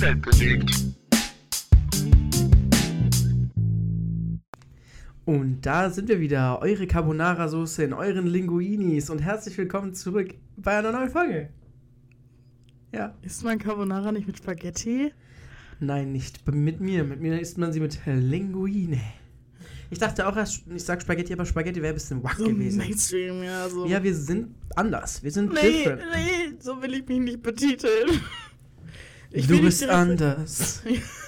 Welt bewegt. Und da sind wir wieder, eure Carbonara-Soße in euren Linguinis und herzlich willkommen zurück bei einer neuen Folge. Ja. Isst man Carbonara nicht mit Spaghetti? Nein, nicht mit mir. Mit mir isst man sie mit Linguine. Ich dachte auch erst, ich sag Spaghetti, aber Spaghetti wäre ein bisschen wack So gewesen. Mainstream, ja. So. Ja, wir sind anders. Wir sind different. Nee, so will ich mich nicht betiteln. Du bist anders.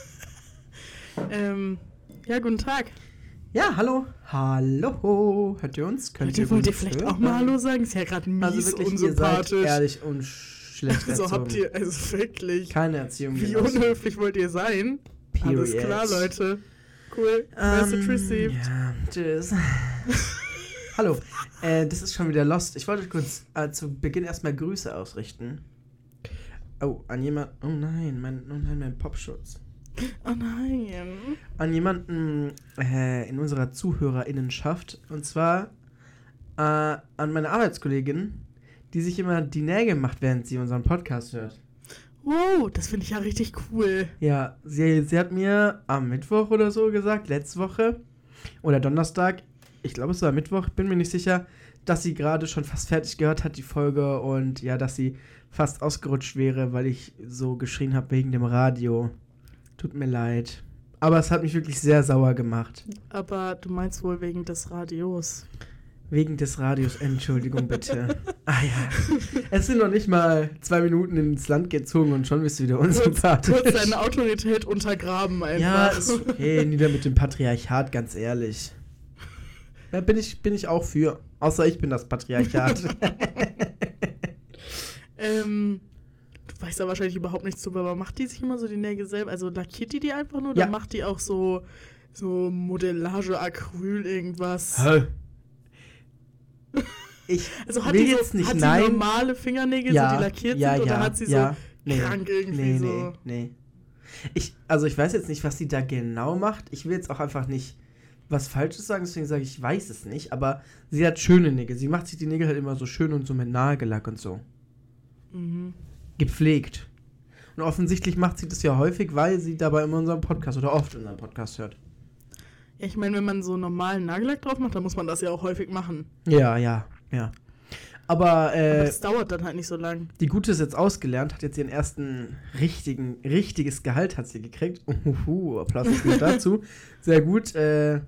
Ja, guten Tag. Ja, hallo. Hallo. Hört ihr uns? Könnt ihr Wollt ihr uns vielleicht hören? auch mal Hallo sagen? Ist ja gerade mies Also wirklich, unsympathisch. ihr seid ehrlich und schlecht Also erzogen. habt ihr, also wirklich. Keine Erziehung. Wie genossen. unhöflich wollt ihr sein? Period. Alles klar, Leute. Cool. Message received. Ja, tschüss. Hallo, das ist schon wieder Lost. Ich wollte kurz zu Beginn erstmal Grüße ausrichten. Oh, an jemand. Oh nein, mein Popschutz. Oh nein. An jemanden in unserer ZuhörerInnenschaft. Und zwar an meine Arbeitskollegin, die sich immer die Nägel macht, während sie unseren Podcast hört. Wow, das finde ich ja richtig cool. Ja, sie hat mir am Mittwoch oder so gesagt, letzte Woche oder Donnerstag, ich glaube es war Mittwoch, bin mir nicht sicher, dass sie gerade schon fast fertig gehört hat, die Folge, und ja, dass sie fast ausgerutscht wäre, weil ich so geschrien habe wegen dem Radio. Tut mir leid. Aber es hat mich wirklich sehr sauer gemacht. Aber du meinst wohl wegen des Radios. Wegen des Radios, Entschuldigung bitte. Ah ja, es sind noch nicht mal 2 Minuten ins Land gezogen und schon bist du wieder unsympathisch. Kurz deine Autorität untergraben einfach. Ja, ist okay, nieder mit dem Patriarchat, ganz ehrlich. Da bin ich auch für. Außer ich bin das Patriarchat. Du weißt ja wahrscheinlich überhaupt nichts drüber, aber macht die sich immer so die Nägel selber? Also lackiert die einfach nur? Ja. Oder macht die auch so Modellage, Acryl, irgendwas? Hä? Ich Also hat will die jetzt nicht hat nein. die normale Fingernägel, so die lackiert sind, oder hat sie so krank irgendwie so? Nee. Ich weiß jetzt nicht, was sie da genau macht. Ich will jetzt auch einfach nicht was Falsches sagen, deswegen sage ich weiß es nicht. Aber sie hat schöne Nägel. Sie macht sich die Nägel halt immer so schön und so mit Nagellack und so. Mhm. Gepflegt. Und offensichtlich macht sie das ja häufig, weil sie dabei immer unseren Podcast oder oft unseren Podcast hört. Ja, ich meine, wenn man so normalen Nagellack drauf macht, dann muss man das ja auch häufig machen. Ja. Aber das dauert dann halt nicht so lang. die Gute ist jetzt ausgelernt, hat jetzt ihren ersten richtiges Gehalt hat sie gekriegt. Applaus dazu. Sehr gut.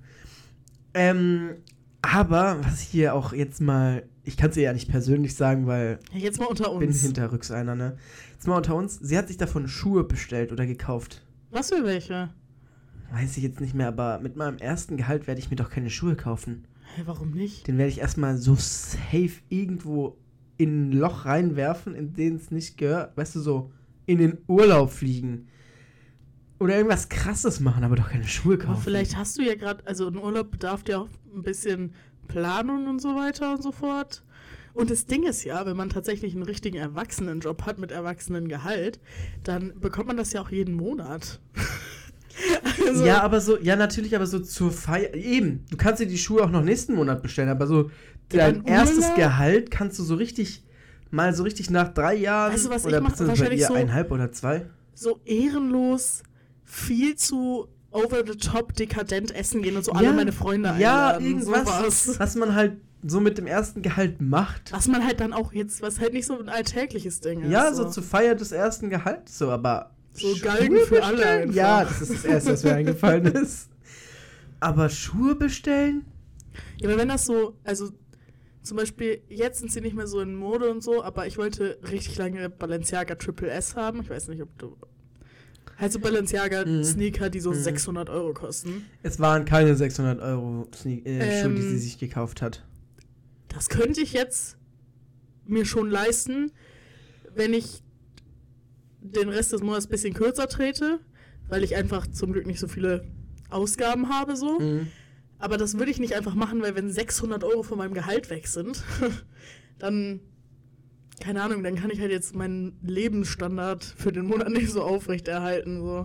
Aber was ich hier auch jetzt mal, ich kann es ihr ja nicht persönlich sagen, weil Ja, jetzt mal unter uns. bin hinterrücks einer, ne? Jetzt mal unter uns. Sie hat sich davon Schuhe bestellt oder gekauft. Was für welche? Weiß ich jetzt nicht mehr, aber mit meinem ersten Gehalt werde ich mir doch keine Schuhe kaufen. Hä, warum nicht? Den werde ich erstmal so safe irgendwo in ein Loch reinwerfen, in den es nicht gehört. Weißt du, so in den Urlaub fliegen. Oder irgendwas Krasses machen, aber doch keine Schuhe kaufen. Aber vielleicht hast du ja gerade, also ein Urlaub bedarf ja auch ein bisschen Planung und so weiter und so fort. Und das Ding ist ja, wenn man tatsächlich einen richtigen Erwachsenenjob hat mit Erwachsenengehalt, dann bekommt man das ja auch jeden Monat. Also, Ja, aber so, ja natürlich, aber so zur Feier, eben, du kannst dir die Schuhe auch noch nächsten Monat bestellen, aber so dein dann erstes Urlaub? Gehalt kannst du so richtig nach 3 Jahren Weißt du, was oder ich mach? beziehungsweise bei Wahrscheinlich ihr so- 1,5 oder 2. so ehrenlos, viel zu over the top dekadent essen gehen und so alle meine Freunde einladen. irgendwas, Sowas. was man halt so mit dem ersten Gehalt macht. Was man halt dann auch jetzt, was halt nicht so ein alltägliches Ding ist. Ja, so zur Feier des ersten Gehalts, so, aber So Schuhe Galgen für alle bestellen? einfach. Ja, das ist das Erste, was mir eingefallen ist. Aber Schuhe bestellen? Ja, aber wenn das so, also zum Beispiel, jetzt sind sie nicht mehr so in Mode und so, aber ich wollte richtig lange Balenciaga Triple S haben. Ich weiß nicht, ob du... Halt so Balenciaga-Sneaker, die so 600 € kosten. Es waren keine 600 € Schuhe, die sie sich gekauft hat. Das könnte ich jetzt mir schon leisten, wenn ich den Rest des Monats ein bisschen kürzer trete, weil ich einfach zum Glück nicht so viele Ausgaben habe, so. Aber das würde ich nicht einfach machen, weil wenn 600 € von meinem Gehalt weg sind, dann, keine Ahnung, dann kann ich halt jetzt meinen Lebensstandard für den Monat nicht so aufrechterhalten, so.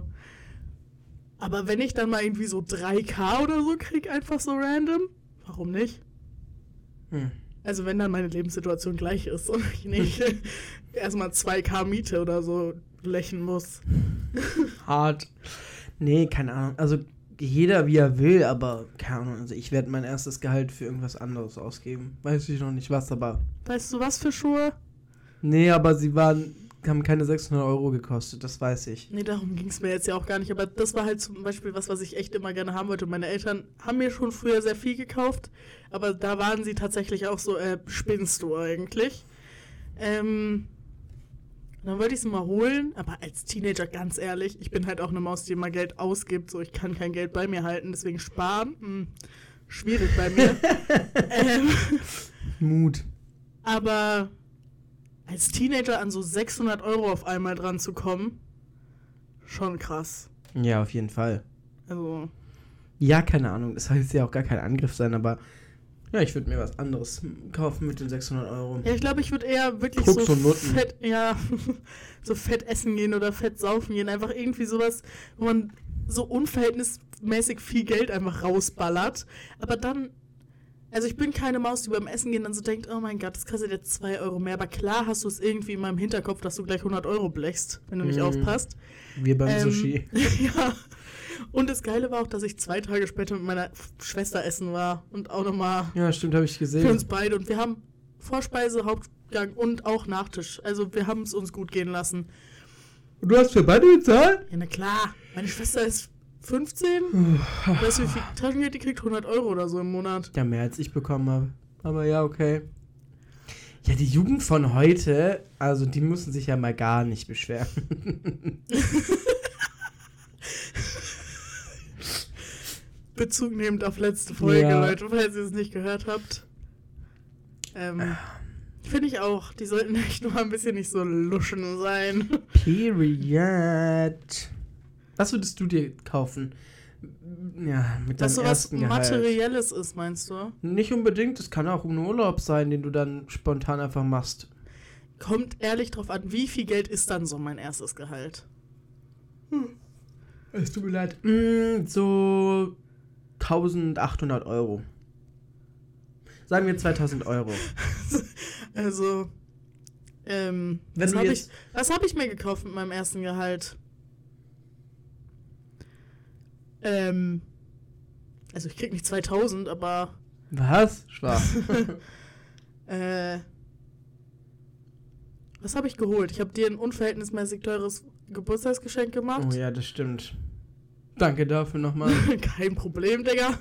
Aber wenn ich dann mal irgendwie so 3.000 oder so krieg, einfach so random, warum nicht? Also wenn dann meine Lebenssituation gleich ist und ich nicht erstmal 2.000 Miete oder so blechen muss. Hart. Nee, keine Ahnung. Also jeder wie er will, aber keine Ahnung. Also ich werde mein erstes Gehalt für irgendwas anderes ausgeben. Weiß ich noch nicht was, aber... Weißt du, was für Schuhe? Nee, aber sie haben keine 600 Euro gekostet, das weiß ich. Nee, darum ging es mir jetzt ja auch gar nicht. Aber das war halt zum Beispiel was ich echt immer gerne haben wollte. Und meine Eltern haben mir schon früher sehr viel gekauft. Aber da waren sie tatsächlich auch so, spinnst du eigentlich? Dann wollte ich es mal holen. Aber als Teenager, ganz ehrlich, ich bin halt auch eine Maus, die immer Geld ausgibt. So, ich kann kein Geld bei mir halten, deswegen sparen. Schwierig bei mir. Mut. Aber... als Teenager an so 600 Euro auf einmal dran zu kommen, schon krass. Ja, auf jeden Fall. Also. Ja, keine Ahnung. Das soll jetzt ja auch gar kein Angriff sein, aber ja, ich würde mir was anderes kaufen mit den 600 Euro. Ja, ich glaube, ich würde eher wirklich Koks so und Nutten. fett, ja, so fett essen gehen oder fett saufen gehen. Einfach irgendwie sowas, wo man so unverhältnismäßig viel Geld einfach rausballert. Aber dann... also ich bin keine Maus, die beim Essen gehen dann so denkt, oh mein Gott, das kostet jetzt 2 Euro mehr. Aber klar hast du es irgendwie in meinem Hinterkopf, dass du gleich 100 Euro blechst, wenn du nicht aufpasst. Wir beim Sushi. Ja. Und das Geile war auch, dass ich 2 Tage später mit meiner Schwester essen war. Und auch nochmal Ja, stimmt, habe ich für gesehen. uns beide. Und wir haben Vorspeise, Hauptgang und auch Nachtisch. Also wir haben es uns gut gehen lassen. Und du hast für beide bezahlt? Ja, na klar. Meine Schwester ist 15. Weißt du, wie viel Taschengeld die kriegt? 100 Euro oder so im Monat. Ja, mehr als ich bekommen habe. Aber ja, okay. Ja, die Jugend von heute, also die müssen sich ja mal gar nicht beschweren. Bezug nehmend auf letzte Folge, Ja. Leute, falls ihr es nicht gehört habt. Finde ich auch. Die sollten echt nur mal ein bisschen nicht so luschen sein. Period. Was würdest du dir kaufen? Ja, mit Was deinem so was ersten Gehalt. Materielles ist, meinst du? Nicht unbedingt, es kann auch ein Urlaub sein, den du dann spontan einfach machst. Kommt ehrlich drauf an, wie viel Geld ist dann so mein erstes Gehalt? Es tut mir leid. So 1800 Euro. Sagen wir 2000 Euro. Also, was habe ich mir gekauft mit meinem ersten Gehalt? Also ich krieg nicht 2000, aber Was? Schwach. was habe ich geholt? Ich habe dir ein unverhältnismäßig teures Geburtstagsgeschenk gemacht. Oh ja, das stimmt. Danke dafür nochmal. Kein Problem, Digga.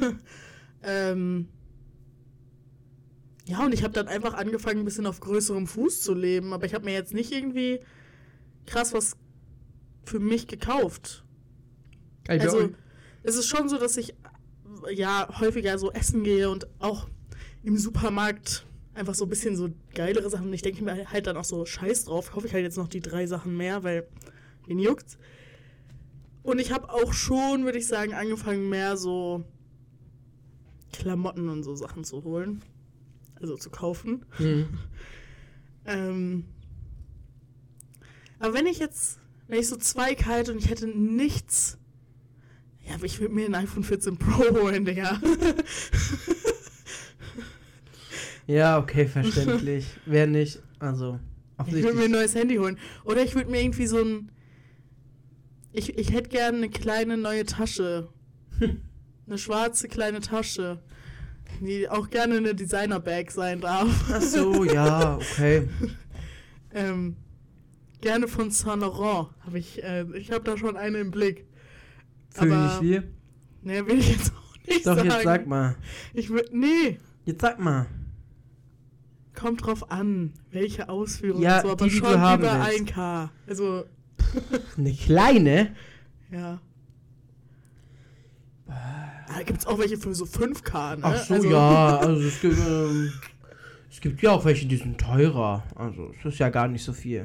Ja, und ich habe dann einfach angefangen, ein bisschen auf größerem Fuß zu leben. Aber ich habe mir jetzt nicht irgendwie krass was für mich gekauft. Also, es ist schon so, dass ich ja häufiger so essen gehe und auch im Supermarkt einfach so ein bisschen so geilere Sachen. Und ich denke mir halt dann auch so, scheiß drauf, kaufe ich halt jetzt noch die 3 Sachen mehr, weil wen juckt's. Und ich habe auch schon, würde ich sagen, angefangen, mehr so Klamotten und so Sachen zu holen. Also zu kaufen. Aber wenn ich so 2 halte und ich hätte nichts, ja, aber ich würde mir ein iPhone 14 Pro holen, Digga. Ja, okay, verständlich. Wer nicht, also Ich würde mir ein neues Handy holen. Oder ich würde mir irgendwie so ich hätte gerne eine kleine neue Tasche. Eine schwarze kleine Tasche. Die auch gerne eine Designer-Bag sein darf. Ach so, ja, okay. Gerne von Saint Laurent. Ich habe da schon eine im Blick. Für wie viel? Nee, will ich jetzt auch nicht Doch, sagen. jetzt sag mal. Nee. Jetzt sag mal. Kommt drauf an, welche Ausführung Ja, so, aber die schon du haben über willst. 1K. Also, Eine kleine? ja. Da gibt's auch welche für so 5K, ne? Ach so, also, ja, also es gibt ja auch welche, die sind teurer. Also es ist ja gar nicht so viel.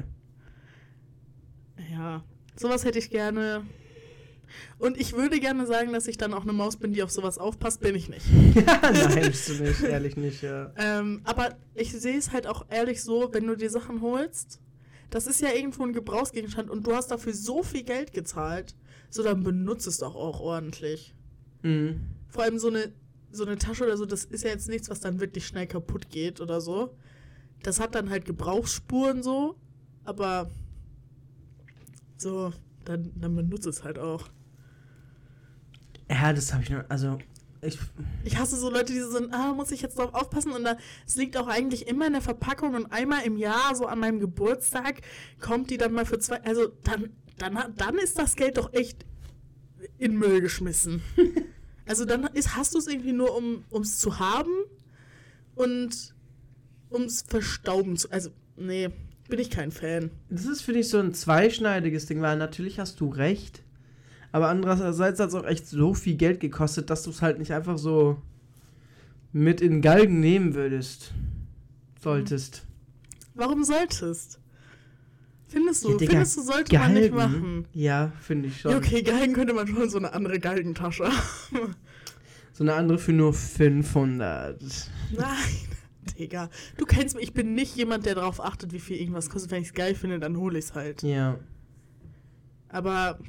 Ja, sowas hätte ich gerne. Und ich würde gerne sagen, dass ich dann auch eine Maus bin, die auf sowas aufpasst, bin ich nicht. Nein, bist du nicht, ehrlich nicht, ja. Aber ich sehe es halt auch ehrlich so, wenn du dir Sachen holst, das ist ja irgendwo ein Gebrauchsgegenstand und du hast dafür so viel Geld gezahlt, so dann benutze es doch auch ordentlich. Mhm. Vor allem so eine Tasche oder so, das ist ja jetzt nichts, was dann wirklich schnell kaputt geht oder so. Das hat dann halt Gebrauchsspuren so, aber So, dann benutze es halt auch. Ja, das habe ich nur, also, Ich hasse so Leute, die so sind, muss ich jetzt drauf aufpassen? Und es liegt auch eigentlich immer in der Verpackung und einmal im Jahr, so an meinem Geburtstag, kommt die dann mal für 2, also dann ist das Geld doch echt in Müll geschmissen. Also dann hast du es irgendwie nur, um es zu haben und um es verstauben zu, also, nee, bin ich kein Fan. das ist, finde ich, so ein zweischneidiges Ding, weil natürlich hast du recht, aber andererseits hat es auch echt so viel Geld gekostet, dass du es halt nicht einfach so mit in den Galgen nehmen solltest. Warum solltest? Findest du? Ja, Digga, Findest du, sollte man nicht Galgen? machen? Ja, finde ich schon. Ja, okay, Galgen könnte man schon so eine andere Galgentasche haben. So eine andere für nur 500. Nein, Digga. Du kennst mich, ich bin nicht jemand, der darauf achtet, wie viel irgendwas kostet. Wenn ich es geil finde, dann hole ich es halt. Ja. Aber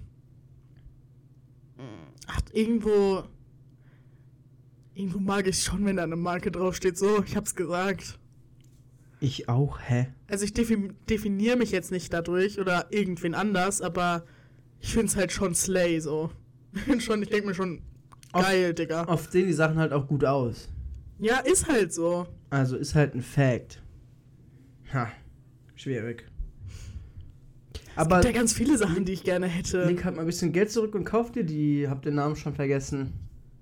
irgendwo mag ich schon, wenn da eine Marke draufsteht. So, ich hab's gesagt. Ich auch, hä? Also ich definiere mich jetzt nicht dadurch oder irgendwen anders, aber ich find's halt schon slay, so. Ich denke mir schon, geil, Digga. Oft sehen die Sachen halt auch gut aus. Ja, ist halt so. Also ist halt ein Fact. Ha, schwierig. Aber Es gibt ja ganz viele Sachen, die ich gerne hätte. leg halt mal ein bisschen Geld zurück und kauf dir die. Hab den Namen schon vergessen.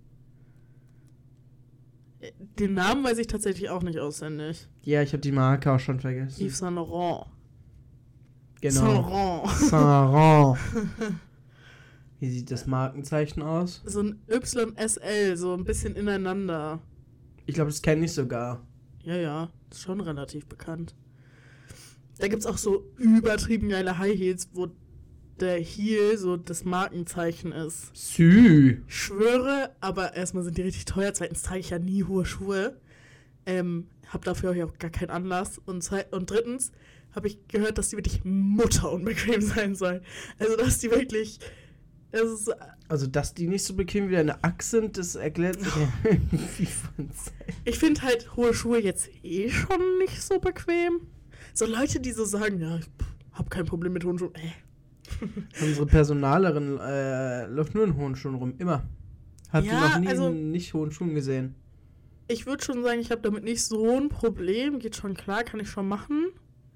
Den Namen weiß ich tatsächlich auch nicht auswendig. Ja, ich hab die Marke auch schon vergessen. Yves Saint Laurent. Genau. Saint Laurent. Saint Laurent. Wie sieht das Markenzeichen aus? So ein YSL, so ein bisschen ineinander. Ich glaube, das kenne ich sogar. Ja, ist schon relativ bekannt. Da gibt's auch so übertrieben geile High Heels, wo der Heel so das Markenzeichen ist. Sü. Ich schwöre, aber erstmal sind die richtig teuer. Zweitens trage ich ja nie hohe Schuhe. Hab dafür auch gar keinen Anlass. Und drittens habe ich gehört, dass die wirklich mutterunbequem sein sollen. Also, dass die wirklich... Also, dass die nicht so bequem wie deine Axt sind, das erklärt sich ja irgendwie von selbst. Ich finde halt hohe Schuhe jetzt schon nicht so bequem. So Leute, die so sagen, ja, ich hab kein Problem mit hohen Schuhen. Unsere Personalerin läuft nur in hohen Schuhen rum, immer. Hab die noch nie in nicht hohen Schuhen gesehen. Ich würde schon sagen, ich habe damit nicht so ein Problem. Geht schon klar, kann ich schon machen.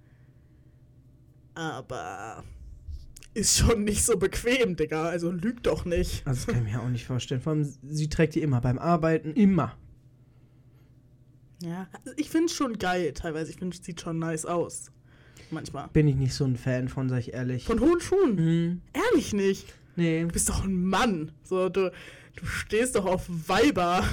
Aber ist schon nicht so bequem, Digga. Also lüg doch nicht. Also das kann ich mir auch nicht vorstellen. Vor allem, sie trägt die immer, beim Arbeiten immer. Ja, also ich finde es schon geil teilweise. Ich finde, es sieht schon nice aus. Manchmal. Bin ich nicht so ein Fan von, sag ich ehrlich. Von hohen Schuhen? Mhm. Ehrlich nicht. Nee. Du bist doch ein Mann. So, du stehst doch auf Weiber.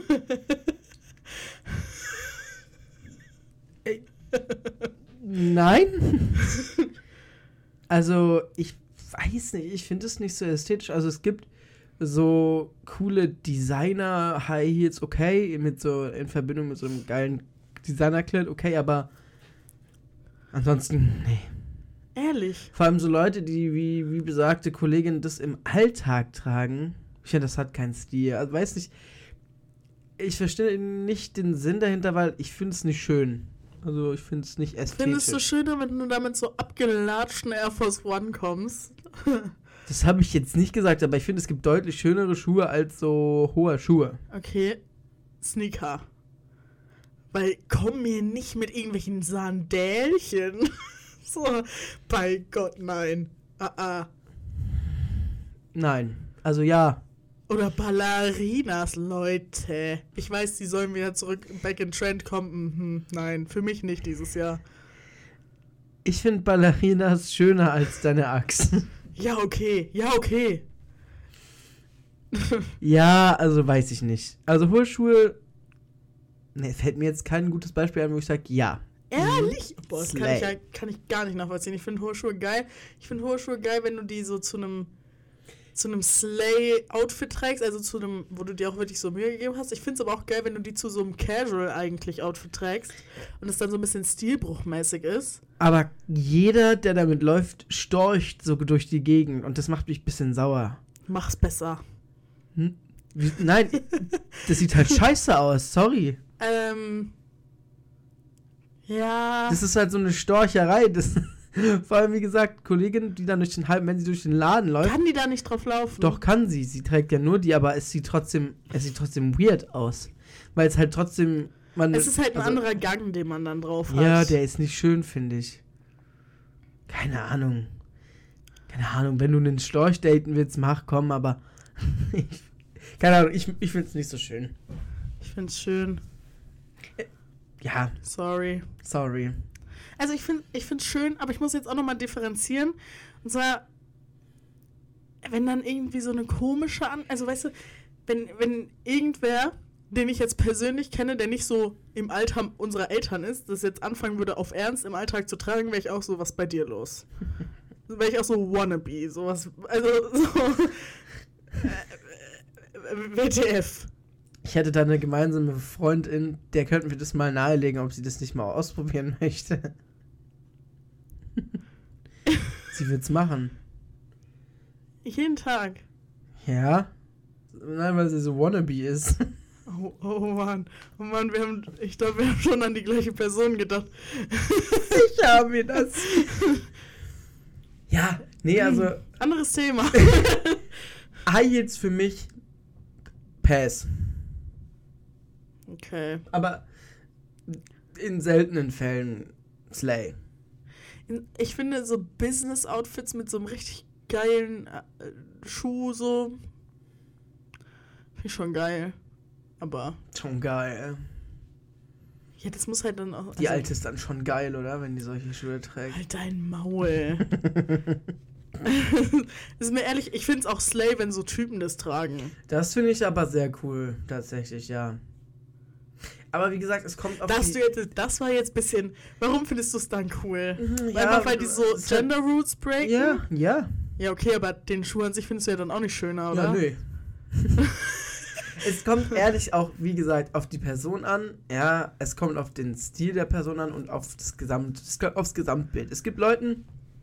Nein. Also, ich weiß nicht, ich finde es nicht so ästhetisch. Also, es gibt so coole Designer-High Heels, okay, mit so in Verbindung mit so einem geilen Designer-Kleid, okay, aber ansonsten, nee. Ehrlich. Vor allem so Leute, die, wie besagte Kollegin, das im Alltag tragen. Ich finde, das hat keinen Stil. Also, weiß nicht, ich verstehe nicht den Sinn dahinter, weil ich finde es nicht schön. Also, ich finde es nicht ästhetisch. Findest du schöner, wenn du damit so abgelatschten Air Force One kommst? Das habe ich jetzt nicht gesagt, aber ich finde, es gibt deutlich schönere Schuhe als so hohe Schuhe. Okay, Sneaker. Weil komm mir nicht mit irgendwelchen Sandälchen. So, bei Gott, nein. Nein, also ja. Oder Ballerinas, Leute. Ich weiß, die sollen wieder zurück back in Trend kommen. Nein, für mich nicht dieses Jahr. Ich finde Ballerinas schöner als deine Axt. Ja, okay. Ja, also weiß ich nicht. Also hohe Schuhe, ne, fällt mir jetzt kein gutes Beispiel ein, wo ich sage, ja. Ehrlich? Boah, das Slay. kann ich gar nicht nachvollziehen. Ich finde hohe Schuhe geil. Ich finde hohe Schuhe geil, wenn du die so zu einem Slay-Outfit trägst, also zu einem, wo du dir auch wirklich so Mühe gegeben hast. Ich finde es aber auch geil, wenn du die zu so einem Casual eigentlich Outfit trägst und es dann so ein bisschen stilbruchmäßig ist. Aber jeder, der damit läuft, storcht so durch die Gegend und das macht mich ein bisschen sauer. Mach's besser. Nein, das sieht halt scheiße aus, sorry. Ja. Das ist halt so eine Storcherei, Vor allem, wie gesagt, Kollegin, die dann wenn sie durch den Laden läuft. Kann die da nicht drauf laufen? Doch, kann sie. Sie trägt ja nur die, aber es sieht trotzdem weird aus. Weil es halt trotzdem... Es ist halt ein anderer Gang, den man dann drauf hat. Ja, der ist nicht schön, finde ich. Keine Ahnung, wenn du einen Storch daten willst, komm, aber... keine Ahnung, ich finde es nicht so schön. Ich finde es schön. Ja. Sorry. Also ich finde es schön, aber ich muss jetzt auch nochmal differenzieren. Und zwar, wenn dann irgendwie so eine komische also weißt du, wenn irgendwer, den ich jetzt persönlich kenne, der nicht so im Alter unserer Eltern ist, das jetzt anfangen würde, auf Ernst im Alltag zu tragen, wäre ich auch so, was bei dir los? Wäre ich auch so wannabe, sowas, also so WTF. Ich hätte da eine gemeinsame Freundin, der könnten wir das mal nahelegen, ob sie das nicht mal ausprobieren möchte. Sie wird's machen. Jeden Tag. Ja? Nein, weil sie so wannabe ist. Oh Mann, ich glaube, wir haben schon an die gleiche Person gedacht. Ich habe mir das. Ja, nee, also... Anderes Thema. Jetzt für mich Pass. Okay. Aber in seltenen Fällen Slay. Ich finde so Business-Outfits mit so einem richtig geilen Schuh so finde ich schon geil. Aber schon geil. Ja, das muss halt dann auch... Die Alte ist dann schon geil, oder? Wenn die solche Schuhe trägt. Halt dein Maul. Ist mir ehrlich, ich finde es auch slay, wenn so Typen das tragen. Das finde ich aber sehr cool, tatsächlich, ja. Aber wie gesagt, es kommt auf das war jetzt ein bisschen... Warum findest du es dann cool? Ja, einfach weil die so Gender Rules breaken? Ja. Ja, okay, aber den Schuh an sich findest du ja dann auch nicht schöner, oder? Ja, nö. Es kommt ehrlich auch, wie gesagt, auf die Person an. Ja, es kommt auf den Stil der Person an und aufs Gesamtbild. Es gibt Leute,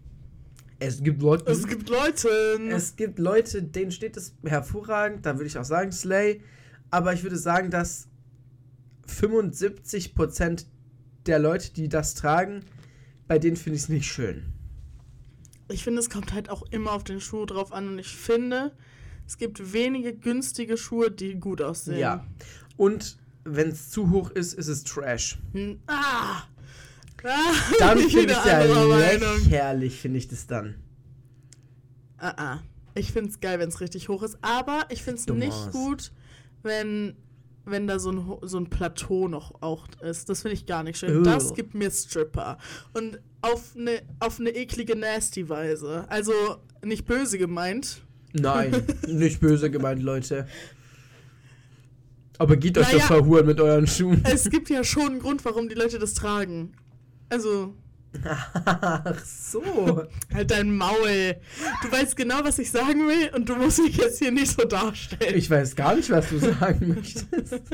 denen steht es hervorragend. Da würde ich auch sagen, Slay. Aber ich würde sagen, dass 75% der Leute, die das tragen, bei denen finde ich es nicht schön. Ich finde, es kommt halt auch immer auf den Schuh drauf an. Und ich finde, es gibt wenige günstige Schuhe, die gut aussehen. Ja. Und wenn es zu hoch ist, ist es Trash. Dann finde ich es ja lächerlich, finde ich das dann. Ich finde es geil, wenn es richtig hoch ist. Aber ich finde es nicht gut, wenn da so ein Plateau noch auch ist. Das finde ich gar nicht schön. Das gibt mir Stripper. Und auf eine eklige, nasty Weise. Also nicht böse gemeint. Nein, nicht böse gemeint, Leute. Aber geht euch das verhuren mit euren Schuhen. Es gibt ja schon einen Grund, warum die Leute das tragen. Also... Ach so. Halt dein Maul. Du weißt genau, was ich sagen will und du musst mich jetzt hier nicht so darstellen. Ich weiß gar nicht, was du sagen möchtest.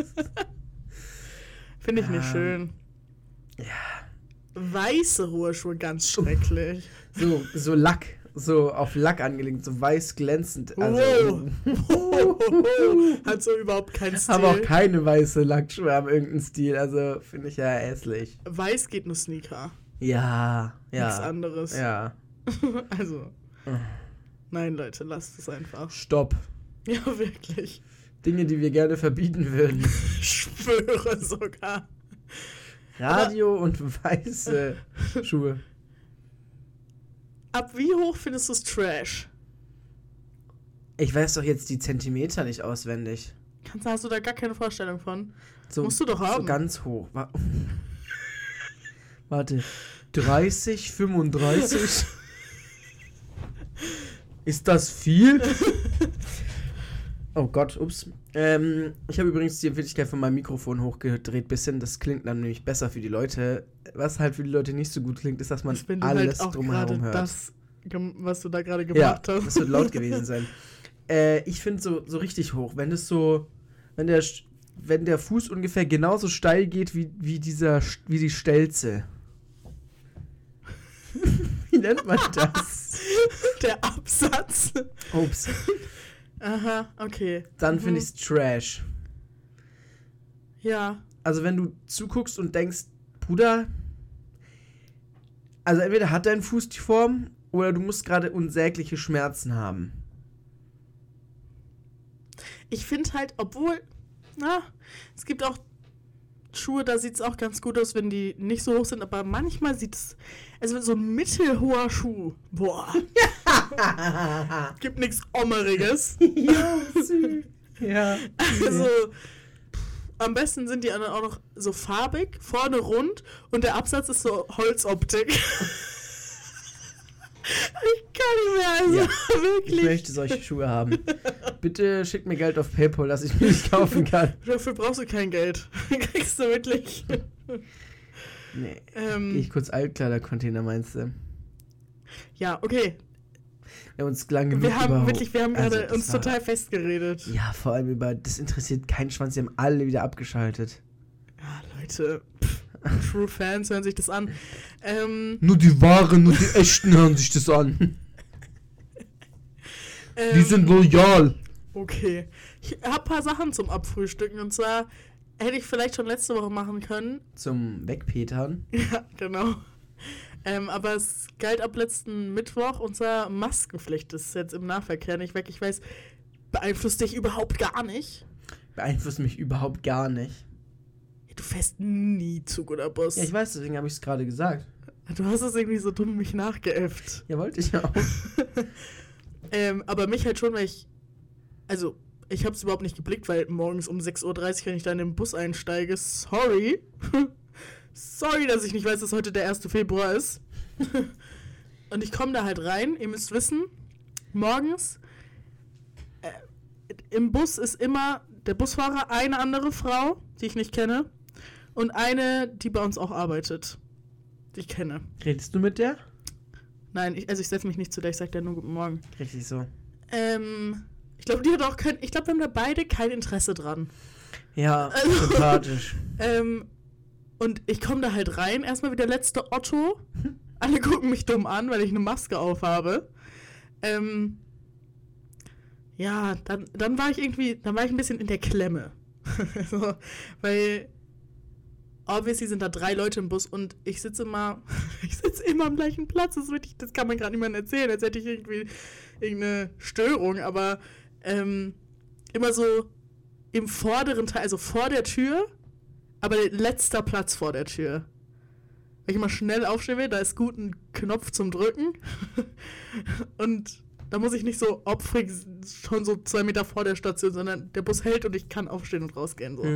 Finde ich nicht schön. Ja. Weiße hohe Schuhe, ganz schrecklich. So Lack. So auf Lack angelegt, so weiß glänzend. Also, hat so überhaupt keinen Stil. Aber auch keine weiße Lackschuhe haben irgendeinen Stil. Also finde ich ja hässlich. Weiß geht nur Sneaker. Ja. Nichts anderes. Ja. Also. Nein, Leute, lasst es einfach. Stopp. Ja, wirklich. Dinge, die wir gerne verbieten würden. Ich schwöre sogar. Radio und weiße Schuhe. Ab wie hoch findest du es Trash? Ich weiß doch jetzt die Zentimeter nicht auswendig. Hast du da gar keine Vorstellung von? So, musst du doch haben. So ganz hoch. Warte. 30, 35. Ist das viel? Oh Gott, ups. Ich habe übrigens die Empfindlichkeit von meinem Mikrofon hochgedreht bisschen. Das klingt dann nämlich besser für die Leute. Was halt für die Leute nicht so gut klingt, ist, dass man alles halt drumherum hört. Das, was du da gerade gemacht hast. Das wird laut gewesen sein. Ich finde so richtig hoch, wenn der Fuß ungefähr genauso steil geht wie die Stelze. Wie nennt man das? Der Absatz. Ups. Aha, okay. Dann finde ich's Trash. Ja. Also wenn du zuguckst und denkst, Bruder, Also entweder hat dein Fuß die Form oder du musst gerade unsägliche Schmerzen haben. Ich finde halt, obwohl, es gibt auch Schuhe, da sieht es auch ganz gut aus, wenn die nicht so hoch sind, aber manchmal sieht es, also so ein mittelhoher Schuh, boah, gibt nichts Ommeriges. Ja, süß. Ja. Also, am besten sind die anderen auch noch so farbig, vorne rund und der Absatz ist so Holzoptik. Ich kann nicht mehr, also Ja, wirklich. ich möchte solche Schuhe haben. Bitte schick mir Geld auf PayPal, dass ich mir nicht kaufen kann. Dafür brauchst du kein Geld. Kriegst du wirklich. Nee. Geh ich kurz Altkleidercontainer, meinst du? Ja, okay. Wir haben uns lange Wir haben gerade das uns war- total festgeredet. Ja, vor allem das interessiert keinen Schwanz, die haben alle wieder abgeschaltet. Ja, Leute, True Fans hören sich das an. Nur die Wahren, nur die Echten hören sich das an. Die sind loyal. Okay. Ich habe ein paar Sachen zum Abfrühstücken und zwar hätte ich vielleicht schon letzte Woche machen können. Zum Wegpetern. Ja, genau. Aber es galt ab letzten Mittwoch und zwar Maskenpflicht. Das ist jetzt im Nahverkehr nicht weg. Ich weiß, beeinflusst dich überhaupt gar nicht. Beeinflusst mich überhaupt gar nicht. Du fährst nie Zug oder Bus. Ja, ich weiß, deswegen habe ich es gerade gesagt. Du hast es irgendwie so dumm mich nachgeäfft. Ja, wollte ich ja auch. Aber mich halt schon, weil ich habe es überhaupt nicht geblickt, weil morgens um 6:30 Uhr, wenn ich da in den Bus einsteige, sorry, dass ich nicht weiß, dass heute der 1. Februar ist. Und ich komme da halt rein, ihr müsst wissen, morgens im Bus ist immer der Busfahrer eine andere Frau, die ich nicht kenne, und eine, die bei uns auch arbeitet, die ich kenne. Redest du mit der? Nein, ich setze mich nicht zu der, ich sag dir nur Guten Morgen. Richtig so. Ich glaube, die hat auch ich glaube, wir haben da beide kein Interesse dran. Ja, Also- sympathisch. Und ich komme da halt rein, erstmal wie der letzte Otto. Alle gucken mich dumm an, weil ich eine Maske aufhabe. Ja, dann war ich ein bisschen in der Klemme. So, weil obviously sind da 3 Leute im Bus und ich sitze immer am gleichen Platz. Das kann man gerade niemandem erzählen, als hätte ich irgendwie irgendeine Störung, aber immer so im vorderen Teil, also vor der Tür, aber letzter Platz vor der Tür. Wenn ich immer schnell aufstehen will, da ist gut ein Knopf zum Drücken. Und da muss ich nicht so opfrig schon so 2 Meter vor der Station, sondern der Bus hält und ich kann aufstehen und rausgehen. So.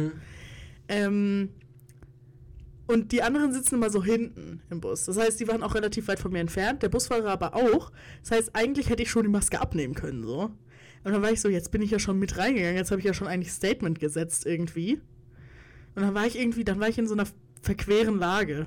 Und die anderen sitzen immer so hinten im Bus. Das heißt, die waren auch relativ weit von mir entfernt, der Busfahrer aber auch. Das heißt, eigentlich hätte ich schon die Maske abnehmen können. So. Und dann war ich so, jetzt bin ich ja schon mit reingegangen, jetzt habe ich ja schon eigentlich Statement gesetzt irgendwie. Und dann war ich in so einer verqueren Lage.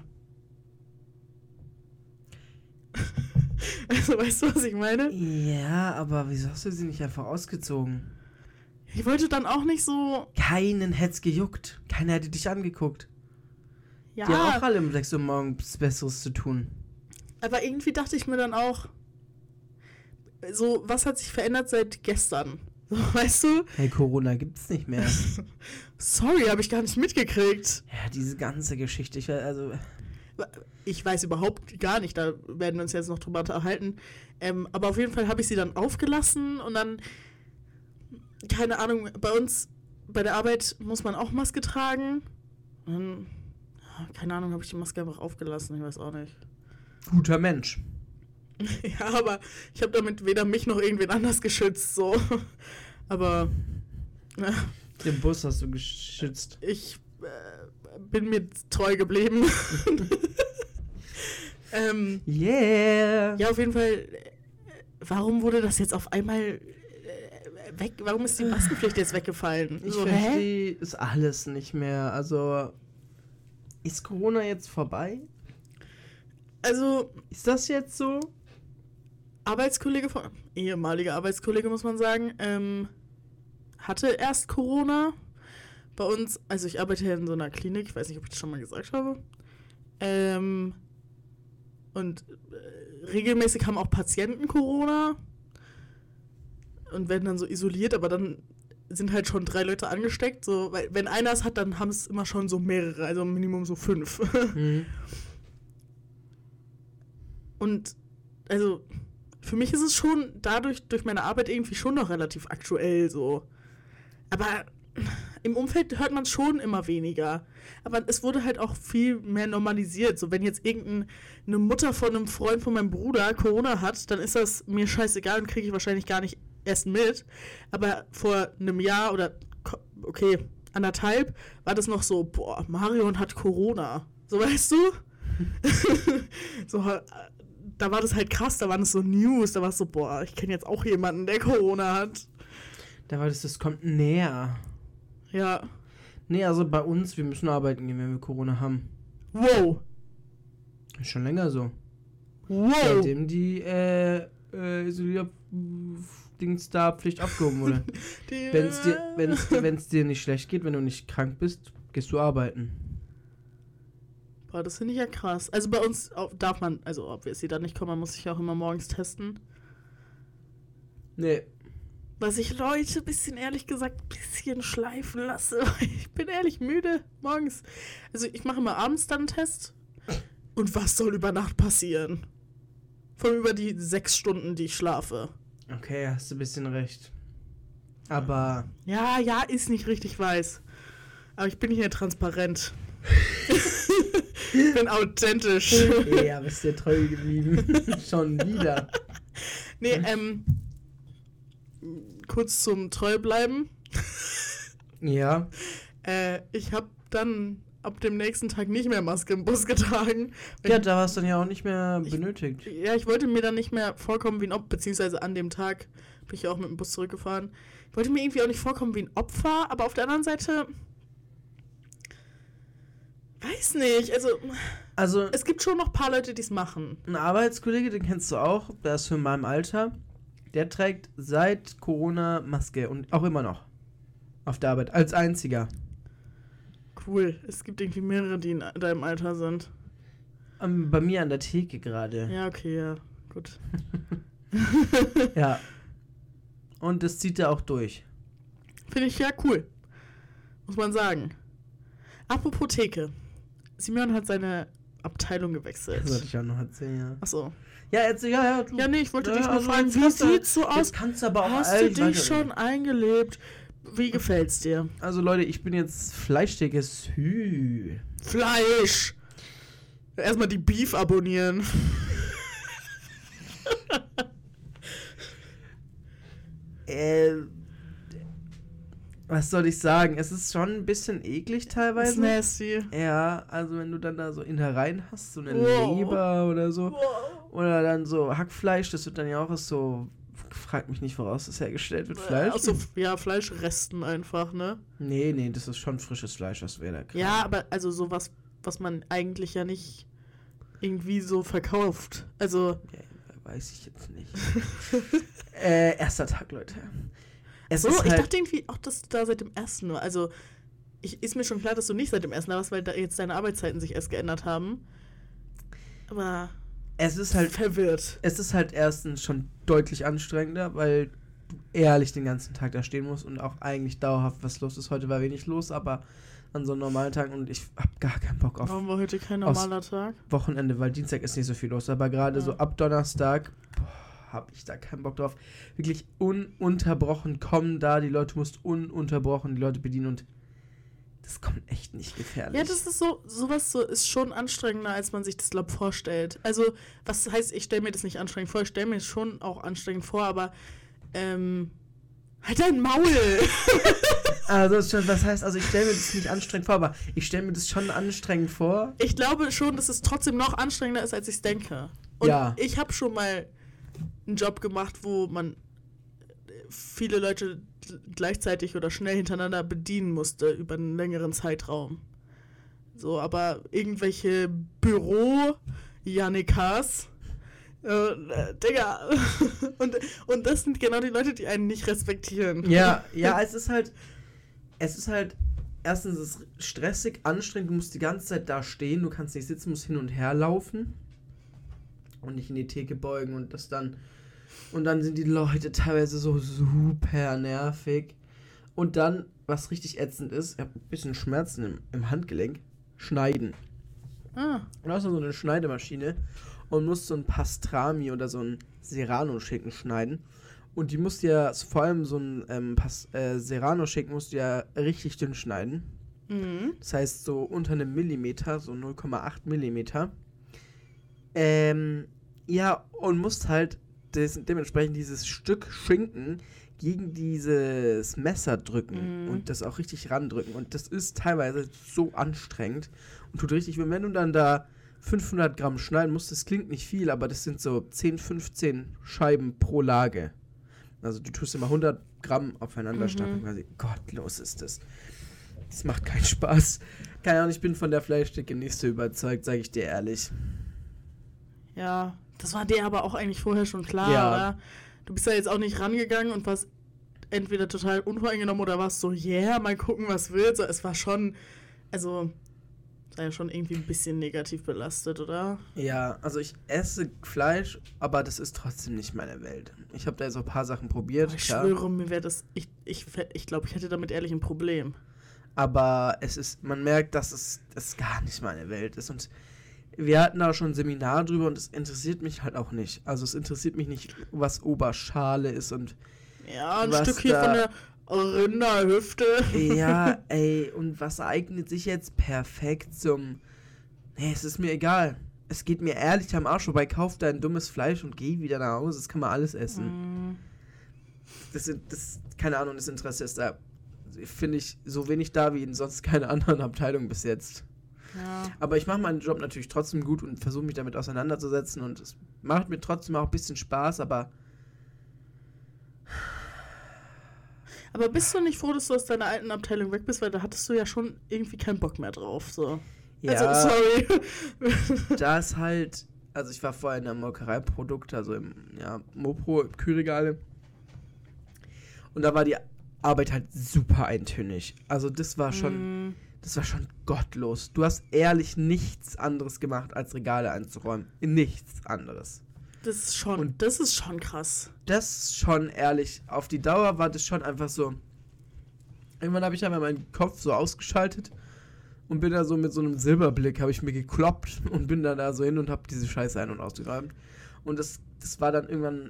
Also, weißt du, was ich meine? Ja, aber wieso hast du sie nicht einfach ausgezogen? Ich wollte dann auch nicht so, Keinen hätt's gejuckt. Keiner hätte dich angeguckt. ja, Die haben auch alle um 6 Uhr morgens Besseres zu tun. aber irgendwie dachte ich mir dann auch, so, was hat sich verändert seit gestern? So, weißt du? Hey, Corona gibt's nicht mehr. Sorry, habe ich gar nicht mitgekriegt. Ja, diese ganze Geschichte. Ich weiß überhaupt gar nicht, da werden wir uns jetzt noch drüber unterhalten. Aber auf jeden Fall habe ich sie dann aufgelassen und dann, keine Ahnung, bei uns, bei der Arbeit muss man auch Maske tragen. Und dann, keine Ahnung, habe ich die Maske einfach aufgelassen, ich weiß auch nicht. Guter Mensch. Ja, aber ich habe damit weder mich noch irgendwen anders geschützt, so. Aber Den Bus hast du geschützt. ich bin mir treu geblieben. Yeah! Ja, auf jeden Fall, warum wurde das jetzt auf einmal weg? Warum ist die Maskenpflicht jetzt weggefallen? Ich So, verstehe es alles nicht mehr. Also, ist Corona jetzt vorbei? Also, Ist das jetzt so? ehemaliger Arbeitskollege, muss man sagen, hatte erst Corona. Bei uns, also ich arbeite hier in so einer Klinik, ich weiß nicht, ob ich das schon mal gesagt habe. Und regelmäßig haben auch Patienten Corona und werden dann so isoliert, aber dann sind halt schon 3 Leute angesteckt. So, weil wenn einer es hat, dann haben es immer schon so mehrere, also Minimum so 5. Und also für mich ist es schon dadurch, durch meine Arbeit irgendwie schon noch relativ aktuell so. Aber im Umfeld hört man es schon immer weniger. Aber es wurde halt auch viel mehr normalisiert. So, wenn jetzt irgendeine Mutter von einem Freund von meinem Bruder Corona hat, dann ist das mir scheißegal und kriege ich wahrscheinlich gar nicht erst mit. Aber vor einem Jahr oder, okay, 1,5, war das noch so, boah, Marion hat Corona. So, weißt du? So, da war das halt krass, da waren es so News, da war es so, boah, ich kenne jetzt auch jemanden, der Corona hat. Da war das kommt näher. Ja. Nee, also bei uns, wir müssen arbeiten gehen, wenn wir Corona haben. Wow. Ist schon länger so. Wow. Seitdem die Dingsda-Pflicht aufgehoben wurde. Wenn es dir nicht schlecht geht, wenn du nicht krank bist, gehst du arbeiten. Boah, das finde ich ja krass. Also bei uns darf man, also ob wir sie da nicht kommen, man muss sich auch immer morgens testen. Nee. Was ich Leute ehrlich gesagt, ein bisschen schleifen lasse. Ich bin ehrlich müde morgens. Also ich mache immer abends dann einen Test. Und was soll über Nacht passieren? Vor allem über die 6 Stunden, die ich schlafe. Okay, hast du ein bisschen recht. Aber... Ja, ist nicht richtig weiß. Aber ich bin hier transparent. Ich bin authentisch. Ja, bist dir treu geblieben. Schon wieder. Nee, kurz zum Treu bleiben. Ja. Ich habe dann ab dem nächsten Tag nicht mehr Maske im Bus getragen. Ja, da war es dann ja auch nicht mehr benötigt. Ich wollte mir dann nicht mehr vorkommen wie ein Opfer, beziehungsweise an dem Tag bin ich ja auch mit dem Bus zurückgefahren. Ich wollte mir irgendwie auch nicht vorkommen wie ein Opfer, aber auf der anderen Seite... Weiß nicht, also es gibt schon noch ein paar Leute, die es machen. Ein Arbeitskollege, den kennst du auch, der ist in meinem Alter, der trägt seit Corona Maske und auch immer noch auf der Arbeit, als einziger. Cool, es gibt irgendwie mehrere, die in deinem Alter sind. Bei mir an der Theke gerade. Ja, okay, ja, gut. Ja. Und das zieht er auch durch. Finde ich ja cool, muss man sagen. Apropos Theke. Simeon hat seine Abteilung gewechselt. Das sollte ich auch noch erzählen, ja. Achso. Ja, erzähl, ja. Du. Ja, nee, ich wollte dich nur also fragen, jetzt wie sieht's so aus? Jetzt kannst du aber auch Hast du dich schon eingelebt? Wie gefällt's dir? Also Leute, ich bin jetzt Fleischtheke. Fleisch! Erstmal die Beef abonnieren. Was soll ich sagen? Es ist schon ein bisschen eklig teilweise. Ist nasty. Ja, also wenn du dann da so Innereien hast, so eine Leber oder so. Wow. Oder dann so Hackfleisch, das wird dann ja auch so, frag mich nicht, woraus das hergestellt wird, Fleisch. Also, ja, Fleischresten einfach, ne? Nee, das ist schon frisches Fleisch, was wir da kriegen. Ja, aber also sowas, was man eigentlich ja nicht irgendwie so verkauft. Also... Ja, weiß ich jetzt nicht. Erster Tag, Leute. Ich dachte irgendwie auch, dass du da seit dem ersten nur. Also, ist mir schon klar, dass du nicht seit dem ersten da warst, weil da jetzt deine Arbeitszeiten sich erst geändert haben. Aber es ist halt verwirrt. Es ist halt erstens schon deutlich anstrengender, weil du ehrlich den ganzen Tag da stehen musst und auch eigentlich dauerhaft was los ist. Heute war wenig los, aber an so einem normalen Tag und ich hab gar keinen Bock auf Warum war heute kein normaler Tag? Wochenende, weil Dienstag ist nicht so viel los, aber gerade so ab Donnerstag habe ich da keinen Bock drauf. Wirklich ununterbrochen kommen da, die Leute musst ununterbrochen die Leute bedienen und das kommt echt nicht gefährlich. Ja, das ist sowas ist schon anstrengender, als man sich das, glaub, vorstellt. Also, was heißt, ich stelle mir das nicht anstrengend vor, ich stelle mir es schon auch anstrengend vor, aber halt dein Maul! Also, was heißt, also ich stelle mir das nicht anstrengend vor, aber ich stelle mir das schon anstrengend vor. Ich glaube schon, dass es trotzdem noch anstrengender ist, als ich es denke. Und ich habe schon mal einen Job gemacht, wo man viele Leute gleichzeitig oder schnell hintereinander bedienen musste über einen längeren Zeitraum. So, aber irgendwelche Büro-Janikas, Digga. Und das sind genau die Leute, die einen nicht respektieren. Ja, es ist halt erstens ist es stressig, anstrengend, du musst die ganze Zeit da stehen, du kannst nicht sitzen, musst hin und her laufen und nicht in die Theke beugen und dann sind die Leute teilweise so super nervig. Und dann, was richtig ätzend ist, ich habe ein bisschen Schmerzen im Handgelenk, schneiden. Und da ist so eine Schneidemaschine. und musst so ein Pastrami oder so ein Serrano-Schinken schneiden. Und die musst du ja, vor allem so ein Serrano-Schinken musst du ja richtig dünn schneiden. Mhm. Das heißt so unter einem Millimeter, so 0,8 Millimeter. Ja, und musst halt dementsprechend dieses Stück Schinken gegen dieses Messer drücken und das auch richtig randrücken. Und das ist teilweise so anstrengend und tut richtig weh. Wenn du dann da 500 Gramm schneiden musst, das klingt nicht viel, aber das sind so 10, 15 Scheiben pro Lage. Also du tust immer 100 Gramm aufeinander stapeln, quasi. Gottlos ist das. Das macht keinen Spaß. Keine Ahnung, ich bin von der Fleischstücke nicht so überzeugt, sage ich dir ehrlich. Ja, das war dir aber auch eigentlich vorher schon klar, Ja. oder? Du bist da jetzt auch nicht rangegangen und warst entweder total unvoreingenommen oder warst so, yeah, mal gucken, was wird. So, es war schon, also, war ja schon irgendwie ein bisschen negativ belastet, oder? Ja, also ich esse Fleisch, aber das ist trotzdem nicht meine Welt. Ich habe da jetzt auch ein paar Sachen probiert, Ich klar. schwöre, mir wäre das, ich glaube, ich hätte damit ehrlich ein Problem. Aber man merkt, dass es gar nicht meine Welt ist. Und wir hatten da schon ein Seminar drüber und es interessiert mich halt auch nicht. Also es interessiert mich nicht, was Oberschale ist und Ja, ein was Stück hier von der Rinderhüfte. ja, ey, und was eignet sich jetzt perfekt zum... Nee, es ist mir egal. Es geht mir ehrlich am Arsch vorbei. Kauf dein dummes Fleisch und geh wieder nach Hause. Das kann man alles essen. Keine Ahnung, das Interesse ist da, finde ich, so wenig da wie in sonst keine anderen Abteilungen bis jetzt. Ja. Aber ich mache meinen Job natürlich trotzdem gut und versuche mich damit auseinanderzusetzen und es macht mir trotzdem auch ein bisschen Spaß, aber Bist du nicht froh, dass du aus deiner alten Abteilung weg bist, weil da hattest du ja schon irgendwie keinen Bock mehr drauf, so. ja, Also, sorry. da ist halt, also ich war vorher in der Molkereiprodukte, also im Mopro, im Kühlregale und da war die Arbeit halt super eintönig. Also das war schon gottlos. Du hast ehrlich nichts anderes gemacht, als Regale einzuräumen. Nichts anderes. Das ist schon krass. Das schon ehrlich, auf die Dauer war das schon einfach so. Irgendwann habe ich einfach meinen Kopf so ausgeschaltet und bin da so mit so einem Silberblick, habe ich mir gekloppt und bin dann da so hin und habe diese Scheiße ein- und ausgeräumt. Und das war dann irgendwann,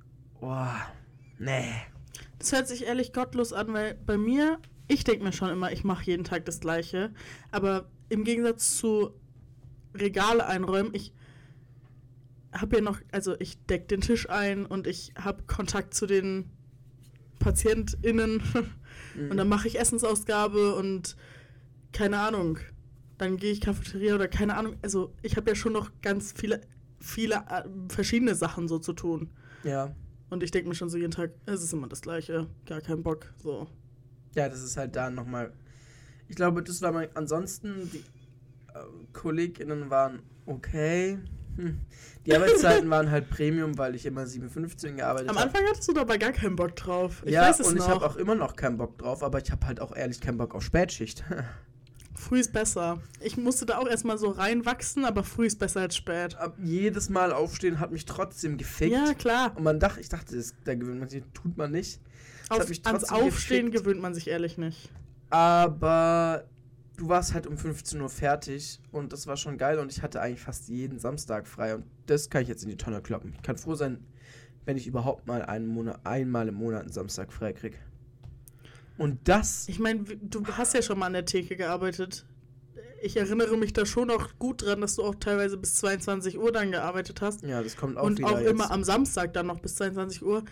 nee. Das hört sich ehrlich gottlos an, weil bei mir, ich denke mir schon immer, ich mache jeden Tag das Gleiche. Aber im Gegensatz zu Regale einräumen, ich habe ja noch, also ich decke den Tisch ein und ich habe Kontakt zu den PatientInnen und dann mache ich Essensausgabe und keine Ahnung, dann gehe ich Cafeteria oder keine Ahnung. Also ich habe ja schon noch ganz viele verschiedene Sachen so zu tun. Ja. Und ich denke mir schon so jeden Tag, es ist immer das Gleiche, gar keinen Bock, so. Ja, das ist halt da nochmal. Ich glaube, das war mal. Ansonsten, die KollegInnen waren okay. Die Arbeitszeiten waren halt Premium, weil ich immer 7:15 gearbeitet habe. Am Anfang hattest du dabei gar keinen Bock drauf. Ich ja, weiß es und noch. ich habe auch immer noch keinen Bock drauf, aber ich habe halt auch ehrlich keinen Bock auf Spätschicht. Früh ist besser. Ich musste da auch erstmal so reinwachsen, aber früh ist besser als spät. Jedes Mal aufstehen hat mich trotzdem gefickt. Ja, klar. Und ich dachte, da gewöhnt man sich, tut man nicht. Das hat mich Ans trotzdem Aufstehen gefickt. gewöhnt man sich ehrlich nicht. Aber du warst halt um 15 Uhr fertig und das war schon geil und ich hatte eigentlich fast jeden Samstag frei und das kann ich jetzt in die Tonne kloppen. Ich kann froh sein, wenn ich überhaupt mal einmal im Monat einen Samstag frei krieg. Und das... Ich meine, du hast ja schon mal an der Theke gearbeitet. Ich erinnere mich da schon noch gut dran, dass du auch teilweise bis 22 Uhr dann gearbeitet hast. Ja, das kommt auch und wieder auch jetzt. immer am Samstag dann noch bis 22 Uhr.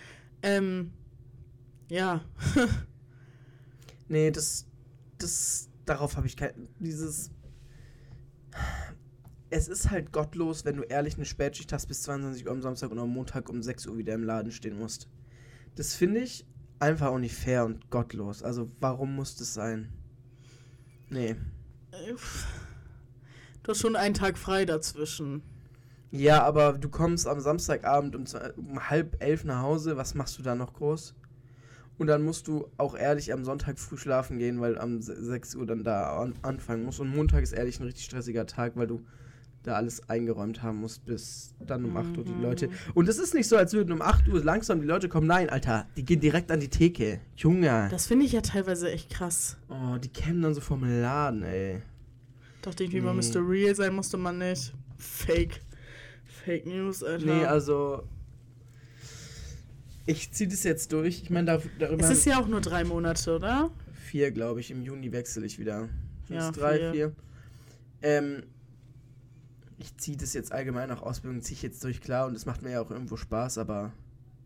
Ja. Nee, darauf habe ich es ist halt gottlos, wenn du ehrlich eine Spätschicht hast bis 22 Uhr am Samstag und am Montag um 6 Uhr wieder im Laden stehen musst. Das finde ich einfach auch nicht fair und gottlos. Also warum muss das sein? Nee. Du hast schon einen Tag frei dazwischen. Ja, aber du kommst am Samstagabend um 10:30 nach Hause, was machst du da noch groß? Und dann musst du auch ehrlich am Sonntag früh schlafen gehen, weil am 6 Uhr dann da anfangen musst. Und Montag ist ehrlich ein richtig stressiger Tag, weil du da alles eingeräumt haben musst, bis dann um 8 Uhr die Leute... Und es ist nicht so, als würden um 8 Uhr langsam die Leute kommen. Nein, Alter, die gehen direkt an die Theke. Junge. Das finde ich ja teilweise echt krass. Oh, die kämen dann so vom Laden, ey. Dachte ich, wie man müsste real sein, musste man nicht. Fake. Fake News, Alter. Nee, also ich ziehe das jetzt durch. Ich meine, darüber... Es ist ja auch nur 3 Monate, oder? 4, glaube ich. Im Juni wechsle ich wieder. Ja, 3, 4. Ich ziehe das jetzt allgemein nach Ausbildung, ziehe ich jetzt durch, klar. Und es macht mir ja auch irgendwo Spaß, aber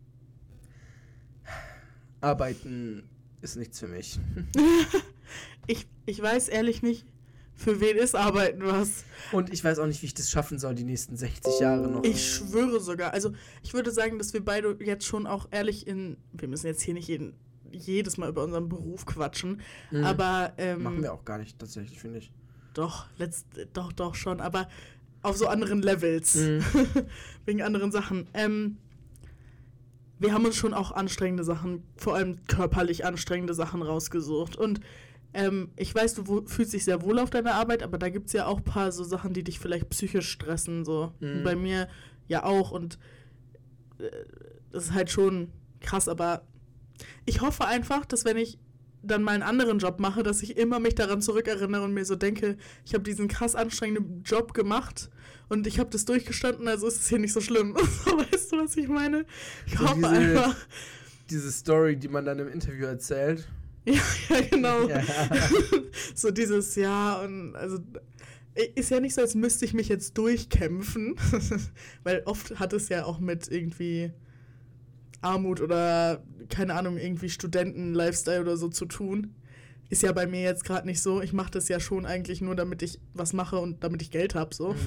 Arbeiten ist nichts für mich. Ich weiß ehrlich nicht, für wen ist Arbeiten was. Und ich weiß auch nicht, wie ich das schaffen soll, die nächsten 60 Jahre noch. Ich schwöre sogar. Also ich würde sagen, dass wir beide jetzt schon auch ehrlich wir müssen jetzt hier nicht jedes Mal über unseren Beruf quatschen, aber... machen wir auch gar nicht, tatsächlich, finde ich. Doch schon, aber auf so anderen Levels. Wegen anderen Sachen. Wir haben uns schon auch anstrengende Sachen, vor allem körperlich anstrengende Sachen rausgesucht. Und ich weiß, du fühlst dich sehr wohl auf deiner Arbeit, aber da gibt es ja auch ein paar so Sachen, die dich vielleicht psychisch stressen. So. Bei mir ja auch. Und das ist halt schon krass, aber ich hoffe einfach, dass wenn ich dann mal einen anderen Job mache, dass ich immer mich daran zurückerinnere und mir so denke, ich habe diesen krass anstrengenden Job gemacht und ich habe das durchgestanden, also ist es hier nicht so schlimm. Weißt du, was ich meine? Ich hoffe einfach. Diese Story, die man dann im Interview erzählt. Ja, genau. Ja. So dieses, ja, und also ist ja nicht so, als müsste ich mich jetzt durchkämpfen, weil oft hat es ja auch mit irgendwie Armut oder, keine Ahnung, irgendwie Studenten-Lifestyle oder so zu tun. Ist ja bei mir jetzt gerade nicht so. Ich mache das ja schon eigentlich nur, damit ich was mache und damit ich Geld habe, so.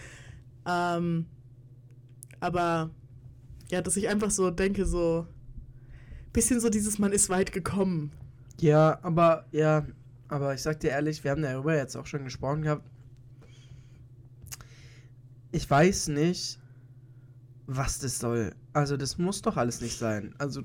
Aber, ja, dass ich einfach so denke, so bisschen so dieses, man ist weit gekommen. Ja, aber ich sag dir ehrlich, wir haben darüber jetzt auch schon gesprochen gehabt. Ich weiß nicht, was das soll. Also das muss doch alles nicht sein. Also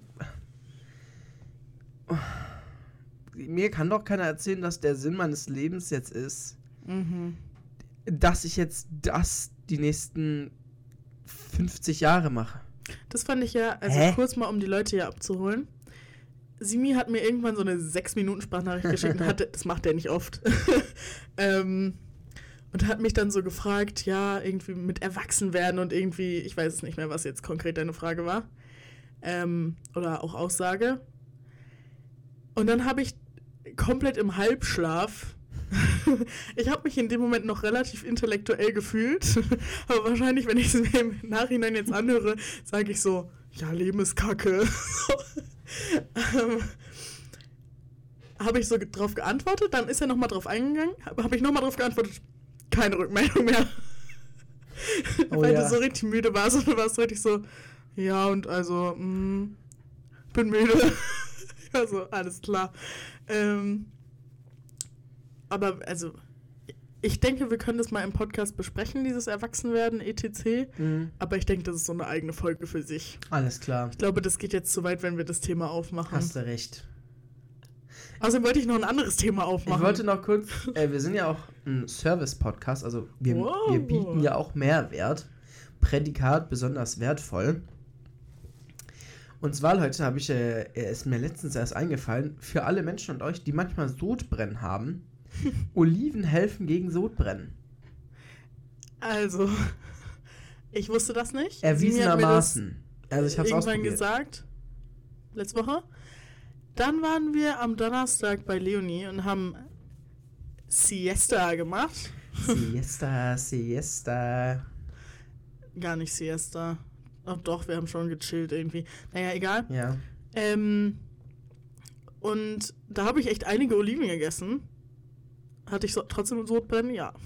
mir kann doch keiner erzählen, dass der Sinn meines Lebens jetzt ist, dass ich jetzt die nächsten 50 Jahre mache. Das fand ich ja, also kurz mal, um die Leute hier abzuholen. Simi hat mir irgendwann so eine 6-Minuten-Sprachnachricht geschickt und das macht er nicht oft. Und hat mich dann so gefragt, ja, irgendwie mit Erwachsenwerden und irgendwie, ich weiß es nicht mehr, was jetzt konkret deine Frage war. Oder auch Aussage. Und dann habe ich komplett im Halbschlaf, ich habe mich in dem Moment noch relativ intellektuell gefühlt, aber wahrscheinlich, wenn ich es mir im Nachhinein jetzt anhöre, sage ich so, ja, Leben ist Kacke. Habe ich so drauf geantwortet, dann ist er nochmal drauf eingegangen, habe ich nochmal drauf geantwortet, keine Rückmeldung mehr. Weil du so richtig müde warst und du warst richtig so, ja, und also, bin müde. Also, alles klar. Aber, also, ich denke, wir können das mal im Podcast besprechen, dieses Erwachsenwerden, etc. Aber ich denke, das ist so eine eigene Folge für sich. Alles klar. Ich glaube, das geht jetzt zu weit, wenn wir das Thema aufmachen. Hast du recht. Außerdem wollte ich noch ein anderes Thema aufmachen. Ich wollte noch kurz, wir sind ja auch ein Service-Podcast, also wir bieten ja auch Mehrwert. Prädikat besonders wertvoll. Und zwar, Leute, ist mir letztens erst eingefallen, für alle Menschen und euch, die manchmal Sodbrennen haben, Oliven helfen gegen Sodbrennen. Also, ich wusste das nicht. Erwiesenermaßen. Also ich hab's irgendwann ausprobiert. Gesagt, letzte Woche. Dann waren wir am Donnerstag bei Leonie und haben Siesta gemacht. Siesta. Gar nicht Siesta. Ach doch, wir haben schon gechillt irgendwie. Naja, egal. Ja. Und da habe ich echt einige Oliven gegessen. Hatte ich trotzdem Sodbrennen? Ja.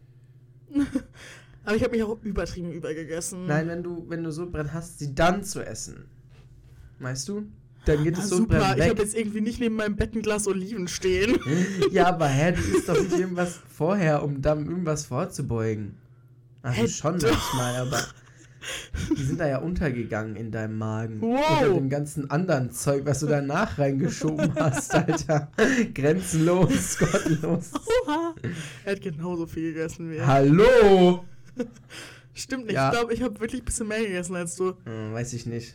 Aber ich habe mich auch übertrieben übergegessen. Nein, wenn du Sodbrennen hast, sie dann zu essen. Weißt du? Dann geht es Sodbrennen super weg. Ich habe jetzt irgendwie nicht neben meinem Bett ein Glas Oliven stehen. Ja, aber du isst doch nicht irgendwas vorher, um dann irgendwas vorzubeugen. Also schon manchmal, aber die sind da ja untergegangen in deinem Magen. Wow. Unter dem ganzen anderen Zeug, was du danach reingeschoben hast, Alter. Grenzenlos, gottlos. Oha. Er hat genauso viel gegessen wie ich. Hallo! Stimmt nicht. Ja. Ich glaube, ich habe wirklich ein bisschen mehr gegessen als du. Weiß ich nicht.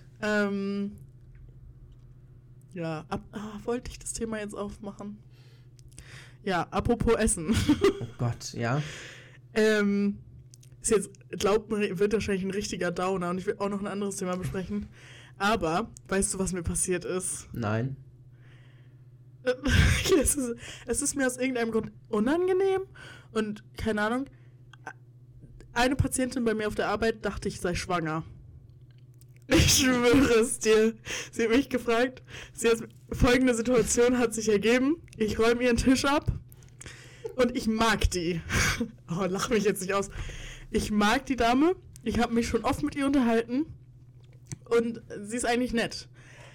Ja, wollte ich das Thema jetzt aufmachen? Ja, apropos Essen. Oh Gott, ja. ist jetzt, glaubt mir, wird wahrscheinlich ein richtiger Downer und ich will auch noch ein anderes Thema besprechen. Aber, weißt du, was mir passiert ist? Nein. Es ist mir aus irgendeinem Grund unangenehm und keine Ahnung. Eine Patientin bei mir auf der Arbeit dachte, ich sei schwanger. Ich schwöre es dir. Sie hat mich gefragt, folgende Situation hat sich ergeben. Ich räume ihren Tisch ab und ich mag die. Oh, lach mich jetzt nicht aus. Ich mag die Dame. Ich habe mich schon oft mit ihr unterhalten und sie ist eigentlich nett.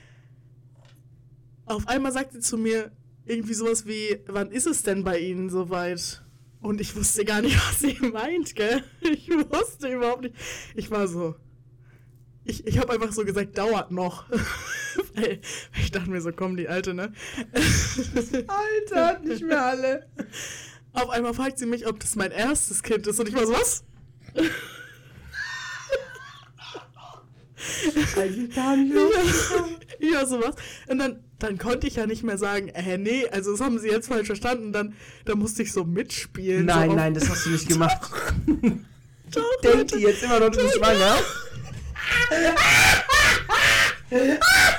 Auf einmal sagt sie zu mir irgendwie sowas wie, wann ist es denn bei Ihnen soweit? Und ich wusste gar nicht, was sie meint, gell? Ich wusste überhaupt nicht. Ich war so... Ich habe einfach so gesagt, dauert noch. Weil ich dachte mir so, komm, die Alte, ne? Alter, nicht mehr alle. Auf einmal fragt sie mich, ob das mein erstes Kind ist. Und ich war so, was? Eigentlich gar nicht. Ja, sowas. Und dann konnte ich ja nicht mehr sagen, nee, also das haben sie jetzt falsch verstanden. Dann musste ich so mitspielen. Nein, so nein, das hast du nicht gemacht. Doch, Denkt die jetzt immer noch, du bist schwanger? Nein,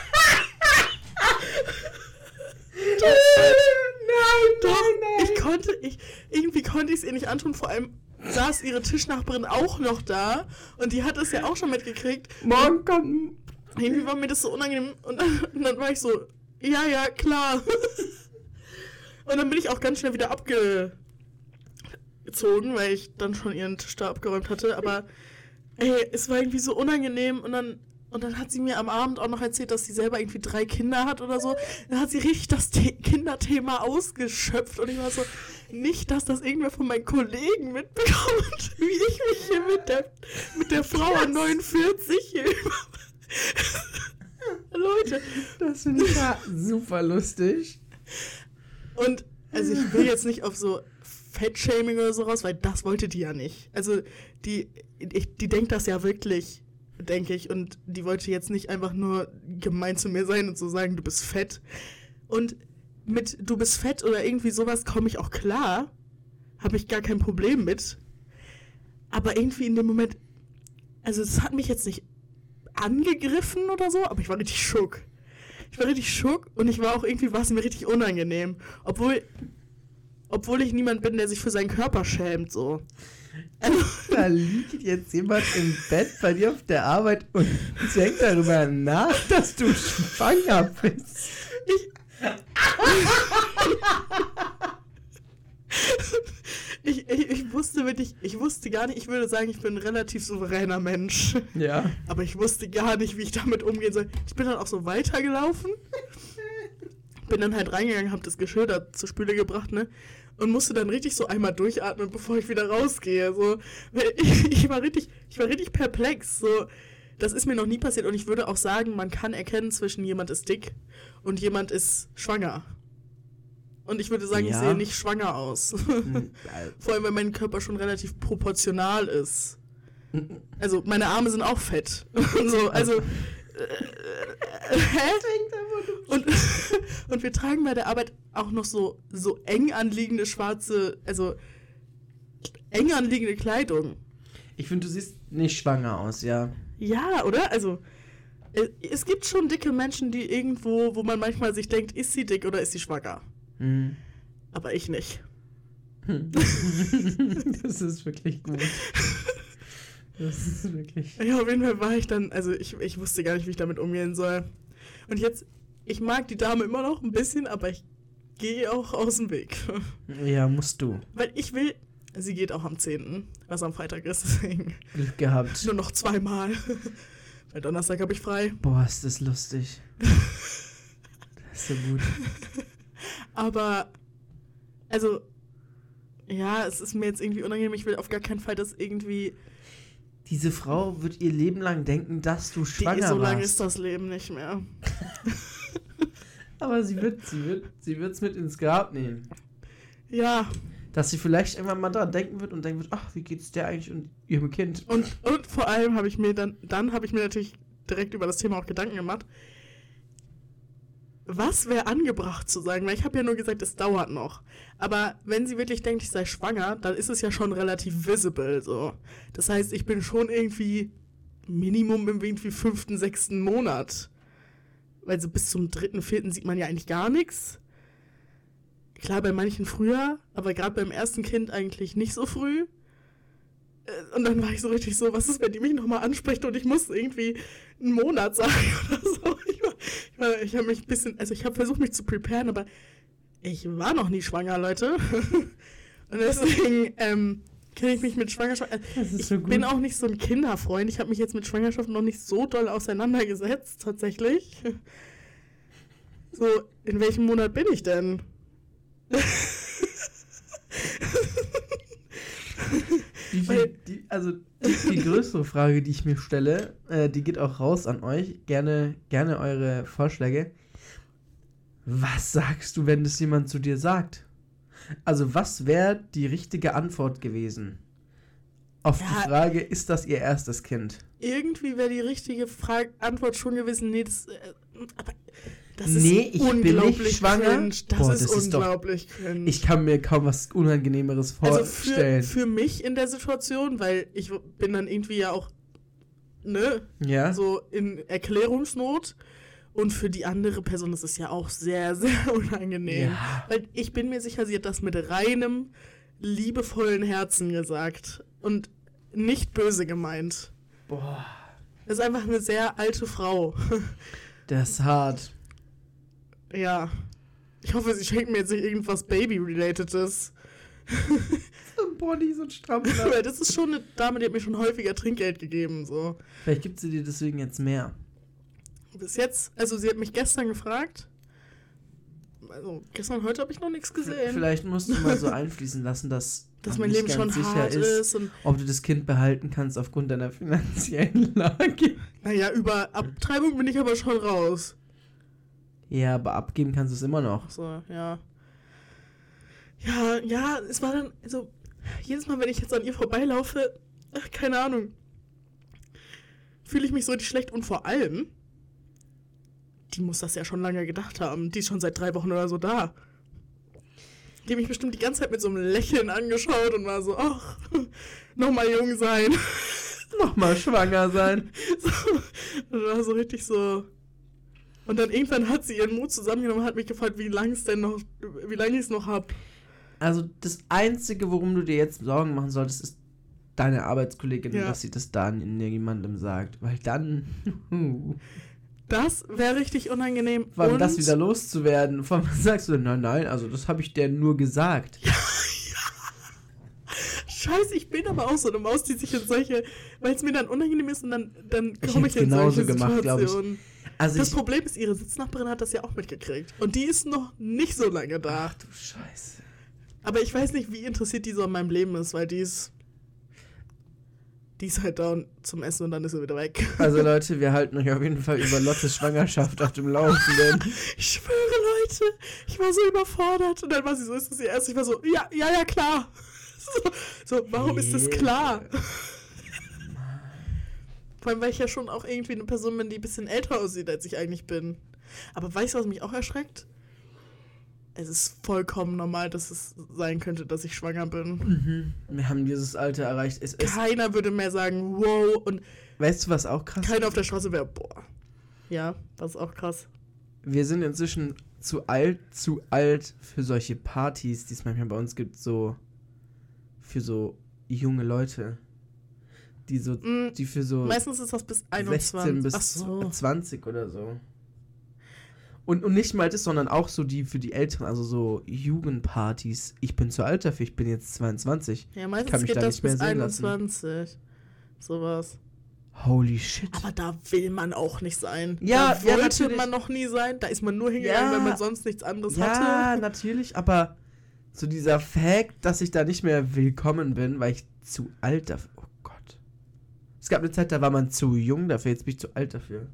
irgendwie konnte ich es ihr nicht antun, vor allem saß ihre Tischnachbarin auch noch da und die hat es ja auch schon mitgekriegt. Morgen kommt... Irgendwie war mir das so unangenehm und dann war ich so, ja, klar. Und dann bin ich auch ganz schnell wieder abgezogen, weil ich dann schon ihren Tisch da abgeräumt hatte, aber es war irgendwie so unangenehm und dann hat sie mir am Abend auch noch erzählt, dass sie selber irgendwie 3 Kinder hat oder so. Dann hat sie richtig das Kinderthema ausgeschöpft und ich war so, nicht, dass das irgendwer von meinen Kollegen mitbekommt, wie ich mich hier mit der Frau an 49 hier Leute. Das finde ich ja super lustig. Und, also ich will jetzt nicht auf so Fettshaming oder so raus, weil das wollte die ja nicht. Also, die denkt das ja wirklich, denke ich, und die wollte jetzt nicht einfach nur gemein zu mir sein und so sagen, du bist fett. Und mit du bist fett oder irgendwie sowas komme ich auch klar. Habe ich gar kein Problem mit. Aber irgendwie in dem Moment, also es hat mich jetzt nicht angegriffen oder so, aber ich war richtig schock. Und ich war auch irgendwie, war es mir richtig unangenehm. Obwohl ich niemand bin, der sich für seinen Körper schämt, so. Da liegt jetzt jemand im Bett bei dir auf der Arbeit und denkt darüber nach, dass du schwanger bist. Ich wusste wirklich, ich wusste gar nicht, ich würde sagen, ich bin ein relativ souveräner Mensch. Ja. Aber ich wusste gar nicht, wie ich damit umgehen soll. Ich bin dann auch so weitergelaufen, bin dann halt reingegangen, hab das Geschirr da zur Spüle gebracht, ne? Und musste dann richtig so einmal durchatmen, bevor ich wieder rausgehe. So. Ich war richtig perplex. So. Das ist mir noch nie passiert und ich würde auch sagen, man kann erkennen zwischen jemand ist dick und jemand ist schwanger. Und ich würde sagen, ich sehe nicht schwanger aus. Vor allem, weil mein Körper schon relativ proportional ist. Also, meine Arme sind auch fett. So, also, hä? Und wir tragen bei der Arbeit auch noch so eng anliegende schwarze, also eng anliegende Kleidung. Ich finde, du siehst nicht schwanger aus, ja. Ja, oder? Also, es gibt schon dicke Menschen, die irgendwo, wo man manchmal sich denkt, ist sie dick oder ist sie schwanger? Hm. Aber ich nicht. Das ist wirklich gut. Das ist wirklich... Ja, auf jeden Fall war ich dann, also ich wusste gar nicht, wie ich damit umgehen soll. Und jetzt, ich mag die Dame immer noch ein bisschen, aber ich gehe auch aus dem Weg. Ja, musst du. Weil ich will, sie geht auch am 10., was am Freitag ist, deswegen. Glück gehabt. Nur noch 2-mal. Weil Donnerstag habe ich frei. Boah, ist das lustig. Das ist so gut. Aber, also, ja, es ist mir jetzt irgendwie unangenehm. Ich will auf gar keinen Fall, dass irgendwie... Diese Frau wird ihr Leben lang denken, dass du schwanger warst. So lange ist das Leben nicht mehr. Aber sie wird's mit ins Grab nehmen. Ja. Dass sie vielleicht irgendwann mal dran denken wird und denken wird, ach, wie geht's der eigentlich und ihrem Kind? Und vor allem habe ich mir dann habe ich mir natürlich direkt über das Thema auch Gedanken gemacht. was wäre angebracht zu sagen? Weil ich habe ja nur gesagt, es dauert noch. Aber wenn sie wirklich denkt, ich sei schwanger, dann ist es ja schon relativ visible, so. Das heißt, ich bin schon irgendwie Minimum im irgendwie 5., 6. Monat. Weil so bis zum 3., 4. sieht man ja eigentlich gar nichts. Klar, bei manchen früher, aber gerade beim ersten Kind eigentlich nicht so früh. Und dann war ich so richtig so, was ist, wenn die mich nochmal anspricht und ich muss irgendwie einen Monat sagen oder so. Ich habe mich ein bisschen, also ich habe versucht, mich zu preparen, aber ich war noch nie schwanger, Leute. Und deswegen kenne ich mich mit Schwangerschaft. Ich bin auch nicht so ein Kinderfreund. Ich habe mich jetzt mit Schwangerschaft noch nicht so doll auseinandergesetzt, tatsächlich. So, in welchem Monat bin ich denn? Die größere Frage, die ich mir stelle, die geht auch raus an euch. Gerne eure Vorschläge. Was sagst du, wenn das jemand zu dir sagt? Also, was wäre die richtige Antwort gewesen? Auf die Frage, ist das ihr erstes Kind? Irgendwie wäre die richtige Antwort schon gewesen, nee, das ist ich bin nicht schwanger. Cringe. Das ist unglaublich cringe. Ich kann mir kaum was Unangenehmeres vorstellen. Also für mich in der Situation, weil ich bin dann irgendwie ja auch, so in Erklärungsnot. Und für die andere Person ist es ja auch sehr, sehr unangenehm. Ja. Weil ich bin mir sicher, sie hat das mit reinem, liebevollen Herzen gesagt. Und nicht böse gemeint. Boah. Das ist einfach eine sehr alte Frau. Das ist hart. Ja. Ich hoffe, sie schenkt mir jetzt nicht irgendwas Baby-Relatedes. So ein Body, so ein Strampler. Weil das ist schon eine Dame, die hat mir schon häufiger Trinkgeld gegeben. So. Vielleicht gibt sie dir deswegen jetzt mehr. Bis jetzt, also sie hat mich gestern gefragt. Also gestern, heute habe ich noch nichts gesehen. Vielleicht musst du mal so einfließen lassen, dass mein Leben schon hart ist. Und ob du das Kind behalten kannst aufgrund deiner finanziellen Lage. Naja, über Abtreibung bin ich aber schon raus. Ja, aber abgeben kannst du es immer noch. Ach so, ja. Ja, es war dann, also jedes Mal, wenn ich jetzt an ihr vorbeilaufe, keine Ahnung, fühle ich mich so richtig schlecht und vor allem, die muss das ja schon lange gedacht haben. Die ist schon seit 3 Wochen oder so da. Die hat mich bestimmt die ganze Zeit mit so einem Lächeln angeschaut und war so, ach, nochmal jung sein. Nochmal schwanger sein. So, und war so richtig so. Und dann irgendwann hat sie ihren Mut zusammengenommen und hat mich gefragt, wie lange ich es noch habe. Also das Einzige, worum du dir jetzt Sorgen machen solltest, ist deine Arbeitskollegin, dass sie das dann jemandem sagt. Weil dann... Das wäre richtig unangenehm. Vor allem das wieder loszuwerden. Vor allem sagst du, nein, also das habe ich dir nur gesagt. Ja. Scheiße, ich bin aber auch so eine Maus, die sich in solche, weil es mir dann unangenehm ist und dann komme ich in solche Situationen. Also das Problem ist, ihre Sitznachbarin hat das ja auch mitgekriegt. Und die ist noch nicht so lange da. Ach du Scheiße. Aber ich weiß nicht, wie interessiert die so an meinem Leben ist, weil die ist halt da zum Essen und dann ist sie wieder weg. Also Leute, wir halten euch auf jeden Fall über Lottes Schwangerschaft auf dem Laufenden. Ich schwöre, Leute, ich war so überfordert. Und dann war sie so, ist das ihr erst? Ich war so, ja, klar. So, warum ist das klar? Vor allem, weil ich ja schon auch irgendwie eine Person bin, die ein bisschen älter aussieht, als ich eigentlich bin. Aber weißt du, was mich auch erschreckt? Es ist vollkommen normal, dass es sein könnte, dass ich schwanger bin. Wir haben dieses Alter erreicht. Keiner würde mehr sagen, wow. Und weißt du, was auch krass ist? Keiner auf der Straße wäre, boah. Ja, das ist auch krass. Wir sind inzwischen zu alt für solche Partys, die es manchmal bei uns gibt, so für so junge Leute. Die für so meistens ist das bis 21. 16 bis 20 oder so. Und nicht mal das, sondern auch so die für die Älteren, also so Jugendpartys. Ich bin zu alt dafür, ich bin jetzt 22. Ja, meistens geht das bis 21. Sowas. Holy shit. Aber da will man auch nicht sein. Ja, da wollte man noch nie sein. Da ist man nur hingegangen, weil man sonst nichts anderes hatte. Ja, natürlich, aber so dieser Fakt, dass ich da nicht mehr willkommen bin, weil ich zu alt dafür... Oh Gott. Es gab eine Zeit, da war man zu jung dafür, jetzt bin ich zu alt dafür.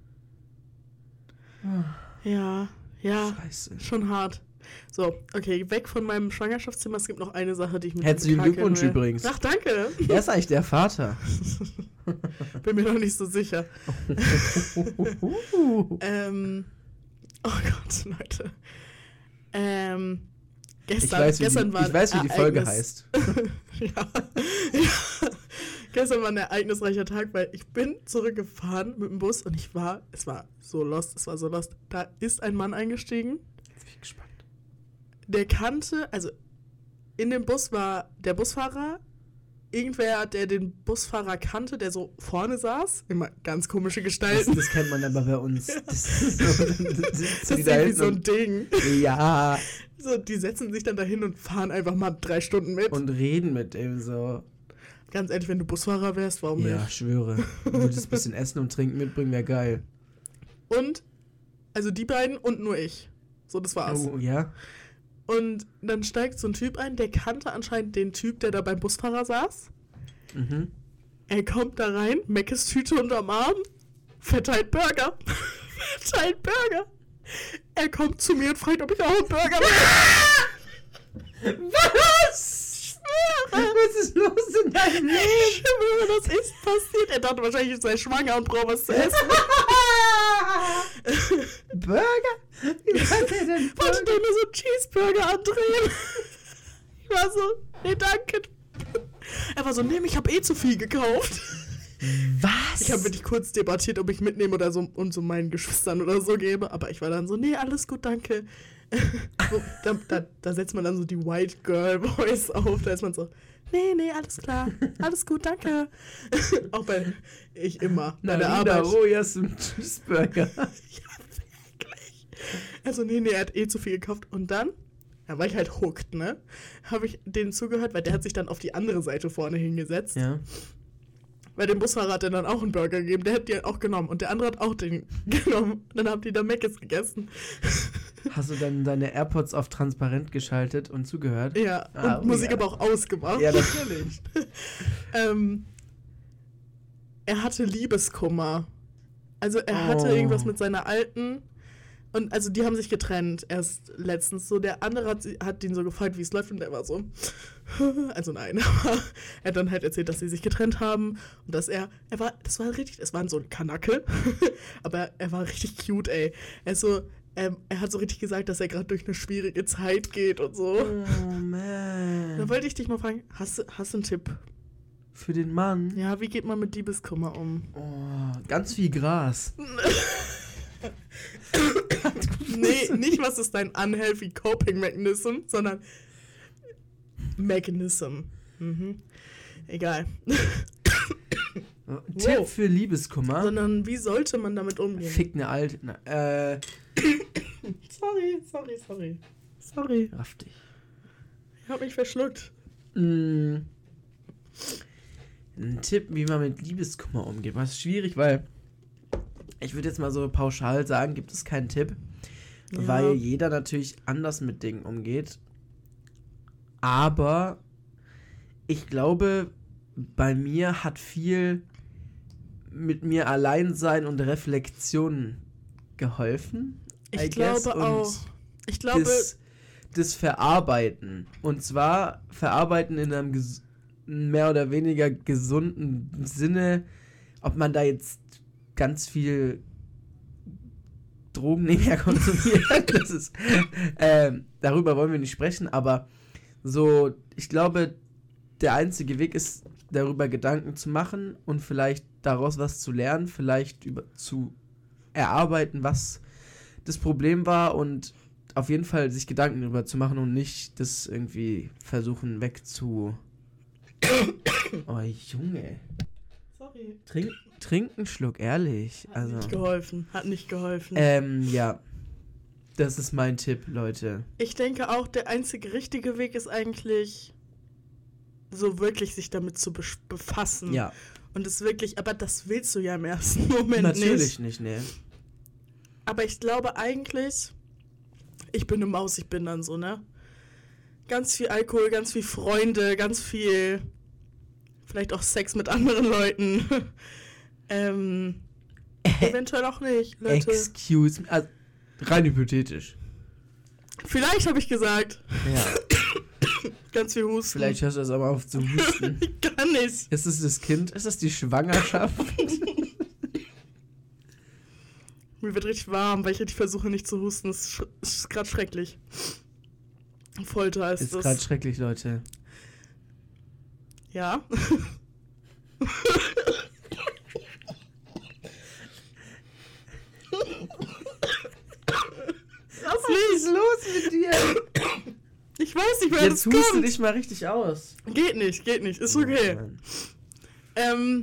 Ja, Scheiße. Schon hart. So, okay, weg von meinem Schwangerschaftszimmer. Es gibt noch eine Sache, die ich mit Herzlichen Glückwunsch übrigens. Ach, danke. Wer ist eigentlich der Vater? Bin mir noch nicht so sicher. Oh Gott, Leute. Ich weiß, wie die Folge heißt. ja. Gestern war ein ereignisreicher Tag, weil ich bin zurückgefahren mit dem Bus und es war so lost. Da ist ein Mann eingestiegen. Jetzt bin ich gespannt. Der kannte, also in dem Bus war der Busfahrer, irgendwer, der den Busfahrer kannte, der so vorne saß. Immer ganz komische Gestalten. Das kennt man aber bei uns. Das ist so, das ist irgendwie so ein Ding. Ja. So, die setzen sich dann dahin und fahren einfach mal 3 Stunden mit. Und reden mit dem so. Ganz ehrlich, wenn du Busfahrer wärst, warum nicht? Ja, schwöre. Du würdest ein bisschen Essen und Trinken mitbringen, wäre geil. Und, also die beiden und nur ich. So, das war's. Oh, ja. Und dann steigt so ein Typ ein, der kannte anscheinend den Typ, der da beim Busfahrer saß. Mhm. Er kommt da rein, Meckes Tüte unterm Arm, verteilt Burger. Er kommt zu mir und fragt, ob ich auch einen Burger will. Was? Was ist los in deinem Leben? Ich schwöre, das ist passiert. Er dachte wahrscheinlich, ich sei schwanger und brauche was zu essen. Burger? Wie hat er denn Burger? Wollte der mir so einen Cheeseburger andrehen? Ich war so, nee, danke. Er war so, nee, ich habe zu viel gekauft. Was? Ich habe mit dich kurz debattiert, ob ich mitnehme oder so und so meinen Geschwistern oder so gebe, aber ich war dann so, nee, alles gut, danke. So, da setzt man dann so die White Girl Voice auf, da ist man so, nee, alles klar, alles gut, danke. Auch bei ich immer, bei der Arbeit. Oh, ja, ist ein Cheeseburger. Ja, wirklich. Also nee, er hat zu viel gekauft und dann, da war ich halt hooked, ne, habe ich denen zugehört, weil der hat sich dann auf die andere Seite vorne hingesetzt. Ja. Weil dem Busfahrer hat er dann auch einen Burger gegeben, der hat die auch genommen und der andere hat auch den genommen. Dann haben die da Mc's gegessen. Hast du dann deine AirPods auf transparent geschaltet und zugehört? Ja, und Musik aber auch ausgemacht. Ja, natürlich. Er hatte Liebeskummer. Also er hatte irgendwas mit seiner Alten. Und also die haben sich getrennt erst letztens. So der andere hat ihn so gefragt, wie es läuft. Und der war so, also nein. Aber er hat dann halt erzählt, dass sie sich getrennt haben. Und dass es war so ein Kanacke. Aber er war richtig cute, ey. Er hat so richtig gesagt, dass er gerade durch eine schwierige Zeit geht und so. Oh, man. Da wollte ich dich mal fragen, hast du einen Tipp? Für den Mann? Ja, wie geht man mit Liebeskummer um? Oh, ganz viel Gras. Nee, nicht was ist dein unhealthy coping mechanism, sondern Mechanism. Mhm. Egal. Tipp für Liebeskummer? Sondern wie sollte man damit umgehen? Fick eine alte. Sorry. Raff dich. Ich hab mich verschluckt. Ein Tipp, wie man mit Liebeskummer umgeht. Was ist schwierig, weil ich würde jetzt mal so pauschal sagen, gibt es keinen Tipp, weil jeder natürlich anders mit Dingen umgeht. Aber ich glaube, bei mir hat viel mit mir allein sein und Reflexion geholfen. Ich glaube auch. Ich glaube, das Verarbeiten. Und zwar Verarbeiten in einem mehr oder weniger gesunden Sinne, ob man da jetzt ganz viel Drogen nebenher konsumiert. Das ist, darüber wollen wir nicht sprechen, aber so, ich glaube, der einzige Weg ist, darüber Gedanken zu machen und vielleicht daraus was zu lernen, vielleicht zu erarbeiten, was das Problem war und auf jeden Fall sich Gedanken darüber zu machen und nicht das irgendwie versuchen wegzu... Oh, Junge. sorry. Trink einen Schluck, ehrlich. Hat nicht geholfen. Ja. Das ist mein Tipp, Leute. Ich denke auch, der einzige richtige Weg ist eigentlich, so wirklich sich damit zu befassen. Ja. Und es wirklich, aber das willst du ja im ersten Moment Natürlich nicht, ne. Aber ich glaube eigentlich, ich bin eine Maus, ich bin dann so, ne? Ganz viel Alkohol, ganz viel Freunde, ganz viel, vielleicht auch Sex mit anderen Leuten. Eventuell auch nicht, Leute. Excuse me. Also, rein hypothetisch. Vielleicht habe ich gesagt. Ja. Ganz viel Husten. Vielleicht hörst du das aber auf zu husten. Gar nicht. Ist es das Kind? Ist das die Schwangerschaft? Mir Mir wird richtig warm, weil ich richtig versuche, nicht zu husten. Das ist gerade schrecklich. Folter ist das. Ist gerade schrecklich, Leute. Ja. Was ist los mit dir? Ich weiß nicht, wer Jetzt das hust du kommt. dich mal richtig aus. Geht nicht. Ist okay. Oh,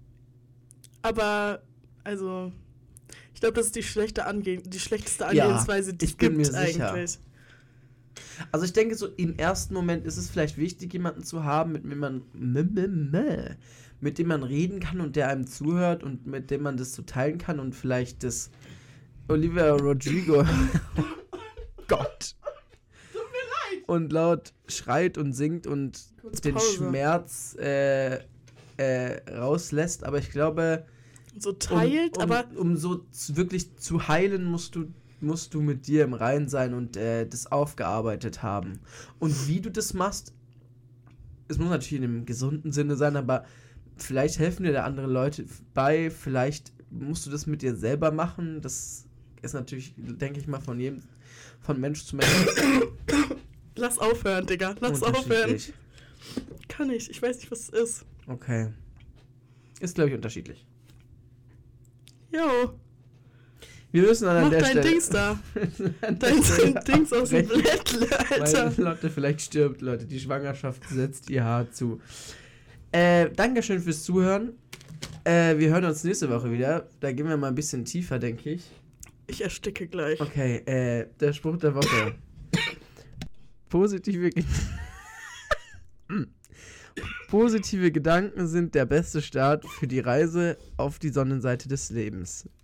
Aber, also, ich glaube, das ist die schlechteste Ja, Angehensweise, die ich es bin gibt mir sicher. eigentlich. Also ich denke so, im ersten Moment ist es vielleicht wichtig, jemanden zu haben, mit dem man reden kann und der einem zuhört und mit dem man das so teilen kann und vielleicht das Olivia Rodrigo Gott und laut schreit und singt und Kurz den Pause. Schmerz rauslässt, aber ich glaube, So teilt, aber um so wirklich zu heilen, musst du mit dir im Reinen sein und das aufgearbeitet haben. Und wie du das machst, es muss natürlich in einem gesunden Sinne sein, aber vielleicht helfen dir da andere Leute bei, vielleicht musst du das mit dir selber machen. Das ist natürlich, denke ich mal, von Mensch zu Mensch lass aufhören, Digga. Lass aufhören. unterschiedlich. Kann ich weiß nicht, was es ist. Okay. Ist, glaube ich, unterschiedlich. Jo, Wir müssen an mach der dein Stelle... Dings da. an der Dein Stelle Dings aus dem abbrechen. Blättle, Alter. Weil Lotte vielleicht stirbt, Leute. Die Schwangerschaft setzt ihr Haar zu. Dankeschön fürs Zuhören. Wir hören uns nächste Woche wieder. Da gehen wir mal ein bisschen tiefer, denke ich. Ich ersticke gleich. Okay, der Spruch der Woche. Positive Gedanken sind der beste Start für die Reise auf die Sonnenseite des Lebens.